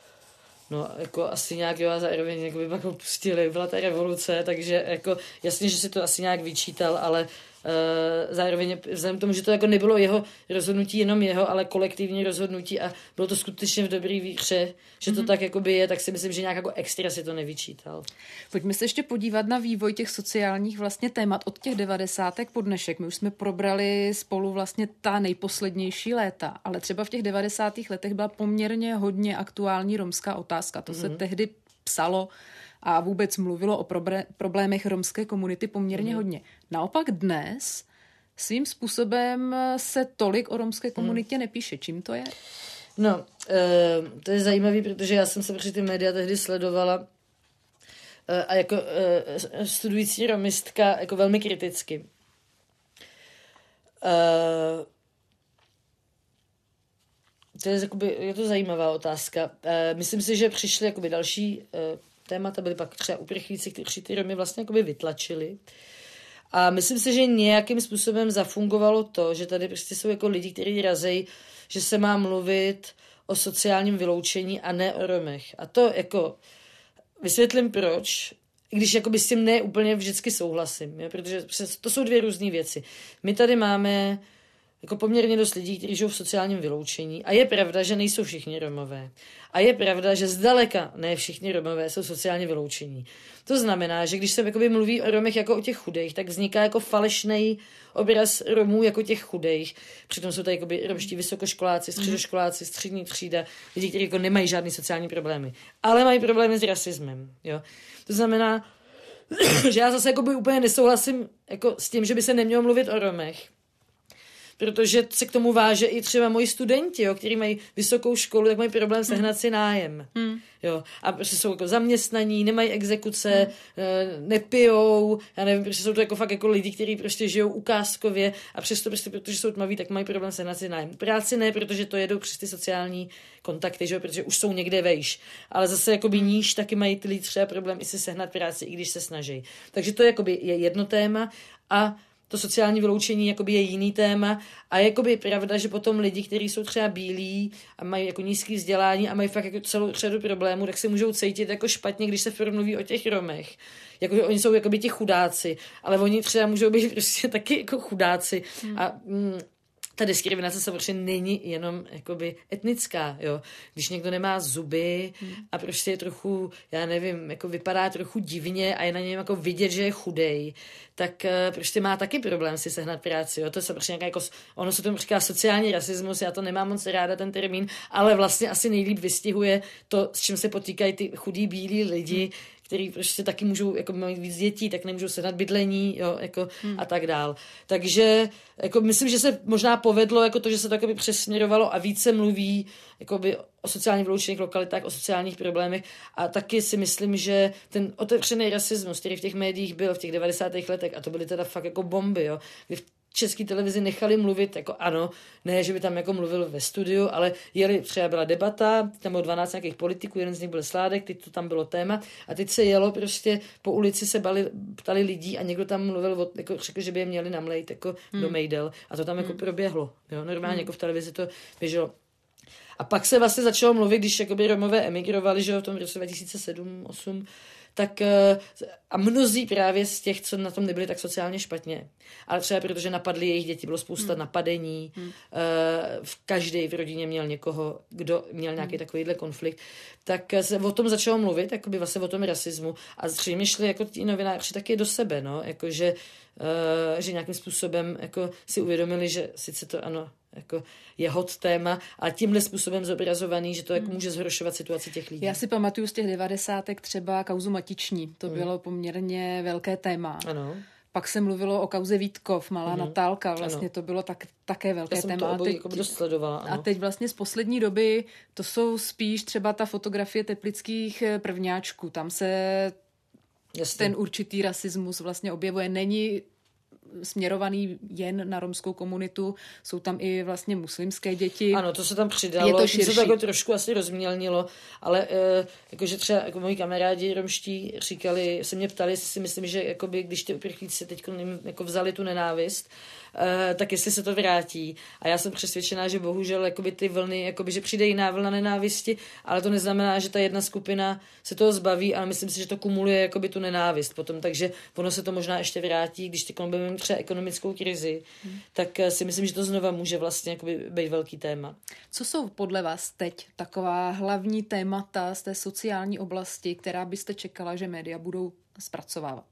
No, jako asi nějak, jo, a zároveň jako by pak ho pustili, byla ta revoluce, takže jako jasně, že si to asi nějak vyčítal, ale uh, zároveň vzhledem k tomu, že to jako nebylo jeho rozhodnutí, jenom jeho, ale kolektivní rozhodnutí a bylo to skutečně v dobrý víře, že to mm-hmm. tak jako by je, tak si myslím, že nějak jako extra si to nevyčítal. Pojďme se ještě podívat na vývoj těch sociálních vlastně témat od těch devadesátek po dnešek. My už jsme probrali spolu vlastně ta nejposlednější léta, ale třeba v těch devadesátých letech byla poměrně hodně aktuální romská otázka. To mm-hmm. se tehdy psalo a vůbec mluvilo o probre- problémech romské komunity poměrně mm. hodně. Naopak dnes svým způsobem se tolik o romské komunitě mm. nepíše. Čím to je? No, e, to je zajímavý, protože já jsem se při ty média tehdy sledovala e, a jako e, studující romistka jako velmi kriticky. E, to je, jakoby, je to zajímavá otázka. E, myslím si, že přišly jakoby další e, témata, byly pak třeba uprchlíci, kteří ty Romy vlastně jakoby vytlačili. A myslím si, že nějakým způsobem zafungovalo to, že tady prostě jsou jako lidi, kteří razejí, že se má mluvit o sociálním vyloučení a ne o Romech. A to jako vysvětlím proč, když jakoby s tím ne úplně vždycky souhlasím, jo? Protože to jsou dvě různé věci. My tady máme jako poměrně dost lidí, kteří žijou v sociálním vyloučení. A je pravda, že nejsou všichni Romové. A je pravda, že zdaleka ne všichni Romové jsou sociálně vyloučení. To znamená, že když se jakoby mluví o Romech jako o těch chudých, tak vzniká jako falešný obraz Romů jako těch chudých. Přitom jsou tady jakoby romští vysokoškoláci, středoškoláci, střední třída, lidi, kteří jako nemají žádný sociální problémy. Ale mají problémy s rasismem. Jo? To znamená, že já zase jakoby úplně nesouhlasím jako s tím, že by se nemělo mluvit o Romech. Protože se k tomu váže i třeba moji studenti, jo, kteří mají vysokou školu, tak mají problém sehnat si nájem. Hmm. Jo. A prostě jsou jako zaměstnaní, nemají exekuce, hmm. nepijou, já nevím, prostě jsou to jako fakt jako lidi, kteří prostě žijou ukázkově a přesto prostě, protože jsou tmaví, tak mají problém sehnat si nájem. Práci ne, protože to jedou přes ty sociální kontakty, že? Protože už jsou někde vejš. Ale zase jakoby níž taky mají ty lidi třeba problém i si sehnat práci, i když se snaží. Takže to jakoby je jedno téma a to sociální vyloučení jakoby je jiný téma a jakoby je pravda, že potom lidi, kteří jsou třeba bílí a mají jako nízký vzdělání a mají fakt jako celou řadu problémů, tak se můžou cítit jako špatně, když se furt mluví o těch Romech. Jako, oni jsou jakoby ti chudáci, ale oni třeba můžou být prostě taky jako chudáci hmm. a mm, ta diskriminace samozřejmě není jenom jakoby etnická, jo. Když někdo nemá zuby hmm. a prostě je trochu, já nevím, jako vypadá trochu divně a je na něm jako vidět, že je chudej, tak uh, prostě má taky problém si sehnat práci, jo. To je samozřejmě nějaká jako, ono se tomu říká sociální rasismus, já to nemám moc ráda ten termín, ale vlastně asi nejlíp vystihuje to, s čím se potýkají ty chudí bílí lidi, který prostě taky můžou jako mít víc dětí, tak nemůžou sehnat bydlení, jo, jako hmm. a tak dál. Takže jako myslím, že se možná povedlo jako to, že se to jakoby přesměrovalo a více mluví jakoby o sociálně vyloučených lokalitách, o sociálních problémech a taky si myslím, že ten otevřený rasismus, který v těch médiích byl v těch devadesátých letech, a to byly teda fakt jako bomby, jo, kdy v české televizi nechali mluvit, jako ano, ne, že by tam jako mluvil ve studiu, ale jeli, třeba byla debata, tam bylo dvanáct nějakých politiků, jeden z nich byl Sládek, teď to tam bylo téma a teď se jelo prostě po ulici se bali, ptali lidí a někdo tam mluvil, o, jako řekl, že by je měli namlejt jako hmm. do mejdel a to tam jako hmm. proběhlo, jo, normálně hmm. jako v televizi to běželo. A pak se vlastně začalo mluvit, když jakoby Romové emigrovali, že jo, v tom roce dva tisíce sedm osm, tak a mnozí právě z těch, co na tom nebyli tak sociálně špatně, ale třeba protože napadli jejich děti, bylo spousta hmm. napadení, hmm. v každý v rodině měl někoho, kdo měl nějaký hmm. takovýhle konflikt, tak se o tom začalo mluvit, jakoby vlastně o tom rasismu a zřejmě šli jako ti novináři taky do sebe, no, jakože Uh, že nějakým způsobem jako si uvědomili, že sice to ano, jako je hot téma, ale tímhle způsobem zobrazovaný, že to jako může zhoršovat situaci těch lidí. Já si pamatuju z těch devadesátek třeba kauzu Matiční. To hmm. bylo poměrně velké téma. Ano. Pak se mluvilo o kauze Vítkov, malá mm. Natálka, vlastně ano. to bylo tak, také velké Já jsem téma. To obojí, teď, jako dost sledovala, ano. A teď vlastně z poslední doby to jsou spíš třeba ta fotografie teplických prvňáčků. Tam se Jasně. ten určitý rasismus vlastně objevuje. Není směrovaný jen na romskou komunitu, jsou tam i vlastně muslimské děti. Ano, to se tam přidalo, je to se to jako trošku asi rozmělnilo, ale e, jakože třeba jako moji kamarádi romští říkali, se mě ptali, jestli si myslím, že jakoby, když ty uprchlíci teď jako vzali tu nenávist, e, tak jestli se to vrátí. A já jsem přesvědčená, že bohužel jakoby ty vlny, jakoby, že přijde jiná vlna nenávisti, ale to neznamená, že ta jedna skupina se toho zbaví, ale myslím si, že to kumuluje jakoby tu nenávist potom, takže ono se to možná ještě vrátí, když ty budeme mít třeba ekonomickou krizi, hmm. tak si myslím, že to znova může vlastně jakoby být velký téma. Co jsou podle vás teď taková hlavní témata z té sociální oblasti, která byste čekala, že média budou zpracovávat?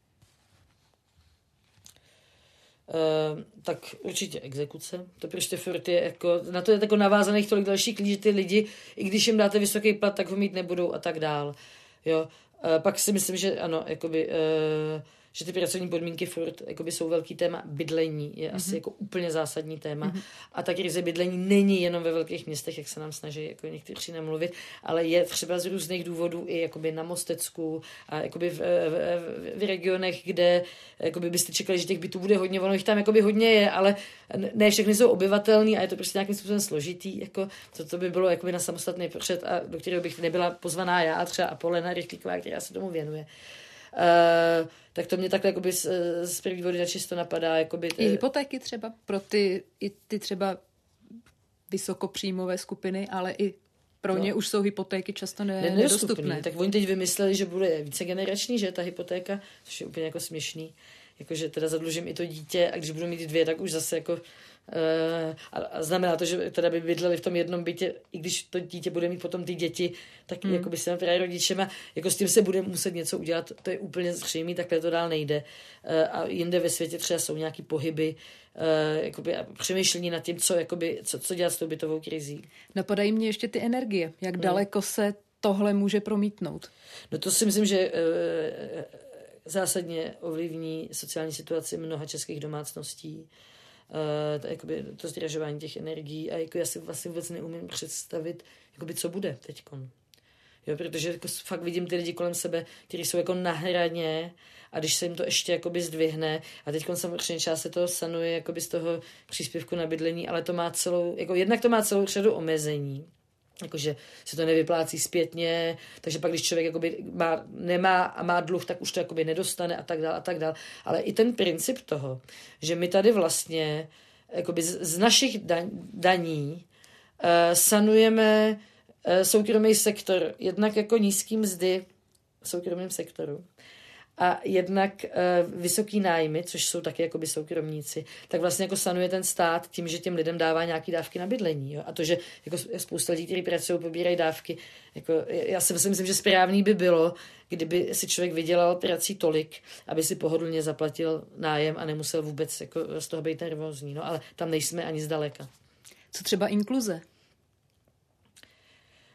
Uh, tak určitě exekuce. To prostě furt je jako, na to je jako navázaných tolik dalších lidí, že ty lidi, i když jim dáte vysoký plat, tak ho mít nebudou a tak dál. Jo. Uh, pak si myslím, že ano, jakoby, uh, že ty pracovní podmínky furt jakoby jsou velký téma. Bydlení je mm-hmm. asi jako úplně zásadní téma. Mm-hmm. A ta krize bydlení není jenom ve velkých městech, jak se nám snaží jako někteří nemluvit, ale je třeba z různých důvodů i jakoby na Mostecku a jakoby v, v, v regionech, kde jakoby byste čekali, že těch bytů bude hodně, ono jich tam jakoby hodně je, ale ne všechny jsou obyvatelný a je to prostě nějakým způsobem složitý. Jako, to, to by bylo jakoby na samostatný pořad, a do kterého bych nebyla pozvaná já, třeba Apolena Rychlíková, která se tomu věnuje. Uh, tak to mě takhle jakoby z, z první vody na čisto napadá. Jakoby, I hypotéky třeba pro ty, i ty třeba vysokopříjmové skupiny, ale i pro no. ně už jsou hypotéky často ne, ne, nedostupné. Tak oni teď vymysleli, že bude vícegenerační, že ta hypotéka, což je úplně jako směšný. Jakože teda zadlužím i to dítě a když budu mít dvě, tak už zase jako Uh, a, a znamená to, že teda by bydleli v tom jednom bytě, i když to dítě bude mít potom ty děti, tak hmm. jako by se právě rodičema, jako s tím se bude muset něco udělat, to je úplně zřejmé, takhle to dál nejde. Uh, a jinde ve světě třeba jsou nějaký pohyby, uh, jakoby, a přemýšlení nad tím, co, jakoby, co, co dělat s tou bytovou krizí. Napadají mě ještě ty energie, jak no. daleko se tohle může promítnout? No to si myslím, že uh, zásadně ovlivní sociální situaci mnoha českých domácností. Uh, to, jakoby, to zdražování těch energií a jako já si vlastně vůbec neumím představit, jakoby, co bude teďkon. Jo, protože jako fakt vidím ty lidi kolem sebe, kteří jsou jako na hraně a když se jim to ještě jakoby zdvihne a teďkon samozřejmě část se toho sanuje jakoby z toho příspěvku na bydlení, ale to má celou, jako jednak to má celou řadu omezení. Jakože se to nevyplácí zpětně, takže pak, když člověk jakoby má, nemá a má dluh, tak už to jakoby nedostane a tak dál a tak dál. Ale i ten princip toho, že my tady vlastně jakoby z, z našich daň, daní uh, sanujeme uh, soukromý sektor, jednak jako nízký mzdy v soukromém sektoru a jednak uh, vysoký nájmy, což jsou taky jakoby soukromníci, tak vlastně jako sanuje ten stát tím, že těm lidem dává nějaký dávky na bydlení. Jo? A to, že jako spousta lidí, kteří pracují, pobírají dávky, jako, já si myslím, že správný by bylo, kdyby si člověk vydělal prací tolik, aby si pohodlně zaplatil nájem a nemusel vůbec jako z toho být nervózní. No, ale tam nejsme ani zdaleka. Co třeba inkluze?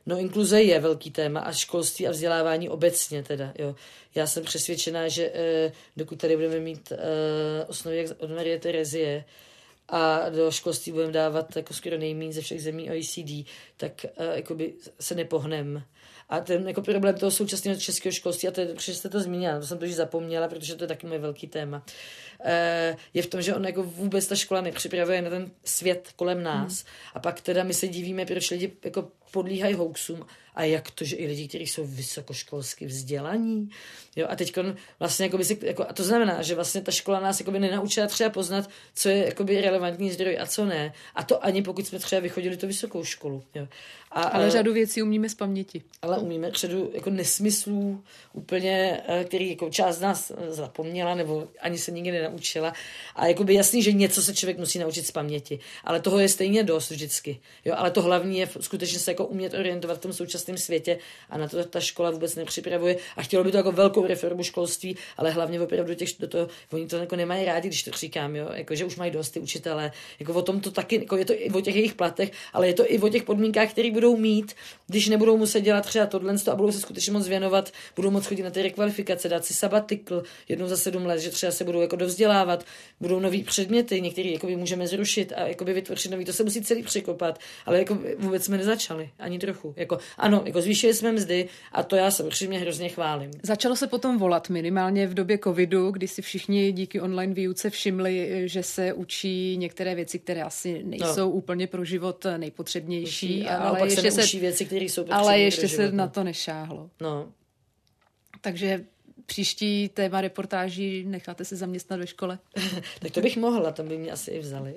No inkluze je velký téma a školství a vzdělávání obecně teda, jo. Já jsem přesvědčená, že eh, dokud tady budeme mít eh, osnovy jak od Marie Terezie a do školství budeme dávat jako skoro nejméně ze všech zemí O E C D, tak eh, jakoby se nepohneme. A ten jako problém toho současného českého školství, a to je, protože jste to zmínila, to jsem to už zapomněla, protože to je taky můj velký téma, je v tom, že on jako vůbec ta škola nepřipravuje na ten svět kolem nás. Hmm. A pak teda my se divíme, proč lidi jako podlíhají hoaxům a jak to, že i lidi, kteří jsou vysokoškolsky vzdělaní. Jo, a teď vlastně jako by si, jako, a to znamená, že vlastně ta škola nás jako by nenaučila třeba poznat, co je jako by relevantní zdroj a co ne. A to ani pokud jsme třeba vychodili tu vysokou školu. Jo. A, ale a, řadu věcí umíme z paměti. Ale umíme řadu jako nesmyslů úplně, který jako část z nás zapomněla nebo ani se nikdy nenaučila. A jako by jasný, že něco se člověk musí naučit z paměti. Ale toho je stejně dost vždycky. Jo, ale to hlavní je skutečně se jako umět orientovat v tom současném světě a na to ta škola vůbec nepřipravuje. A chtělo by to jako velkou reformu školství, ale hlavně opravdu těch, do toho, oni to jako nemají rádi, když to říkám, jo, jako, že už mají dost ty učitelé. Jako o tom to taky, jako je to i o těch jejich platech, ale je to i o těch podmínkách, které budou mít, když nebudou muset dělat třeba tohle a budou se skutečně moc věnovat, budou moc chodit na ty rekvalifikace, dát si sabatikl jednou za sedm let, že třeba se budou jako dovzdělávat, budou nový předměty, některé jako by můžeme zrušit a jako by vytvořit nový, to se musí celý překopat, ale jako vůbec jsme nezačali, ani trochu. Jako, ano, jako zvýšili jsme mzdy a to já samozřejmě hrozně chválím. Začalo se potom volat minimálně v době covidu, kdy si všichni díky online výuce všimli, že se učí některé věci, které asi nejsou no. úplně pro život nejpotřebnější, Učí, ale, ale ještě se, se věci, které jsou ale ještě se na to nešáhlo. No. Takže příští téma reportáží necháte se zaměstnat ve škole? Tak to bych mohla, tam by mě asi i vzali.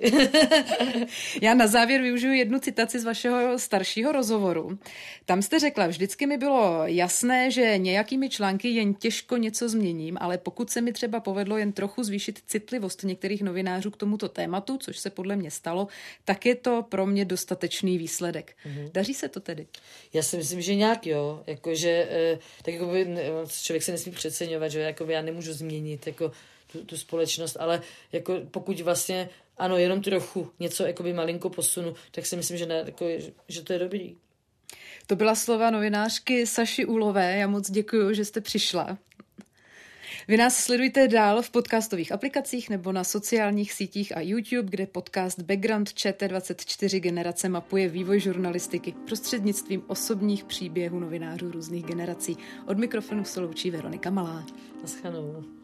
Já na závěr využiju jednu citaci z vašeho staršího rozhovoru. Tam jste řekla, vždycky mi bylo jasné, že nějakými články jen těžko něco změním, ale pokud se mi třeba povedlo jen trochu zvýšit citlivost některých novinářů k tomuto tématu, což se podle mě stalo, tak je to pro mě dostatečný výsledek. Mm-hmm. Daří se to tedy? Já si myslím, že nějak jo. Jakože, tak jako by, člověk se nesmí přece že jako já nemůžu změnit jako tu, tu společnost, ale jako pokud vlastně ano, jenom trochu něco jakoby malinko posunu, tak si myslím, že, ne, jako, že to je dobrý. To byla slova novinářky Saši Úlové. Já moc děkuju, že jste přišla. Vy nás sledujte dál v podcastových aplikacích nebo na sociálních sítích a YouTube, kde podcast Background Č T dvacet čtyři generace mapuje vývoj žurnalistiky prostřednictvím osobních příběhů novinářů různých generací. Od mikrofonu se loučí Veronika Malá. Naschledanou.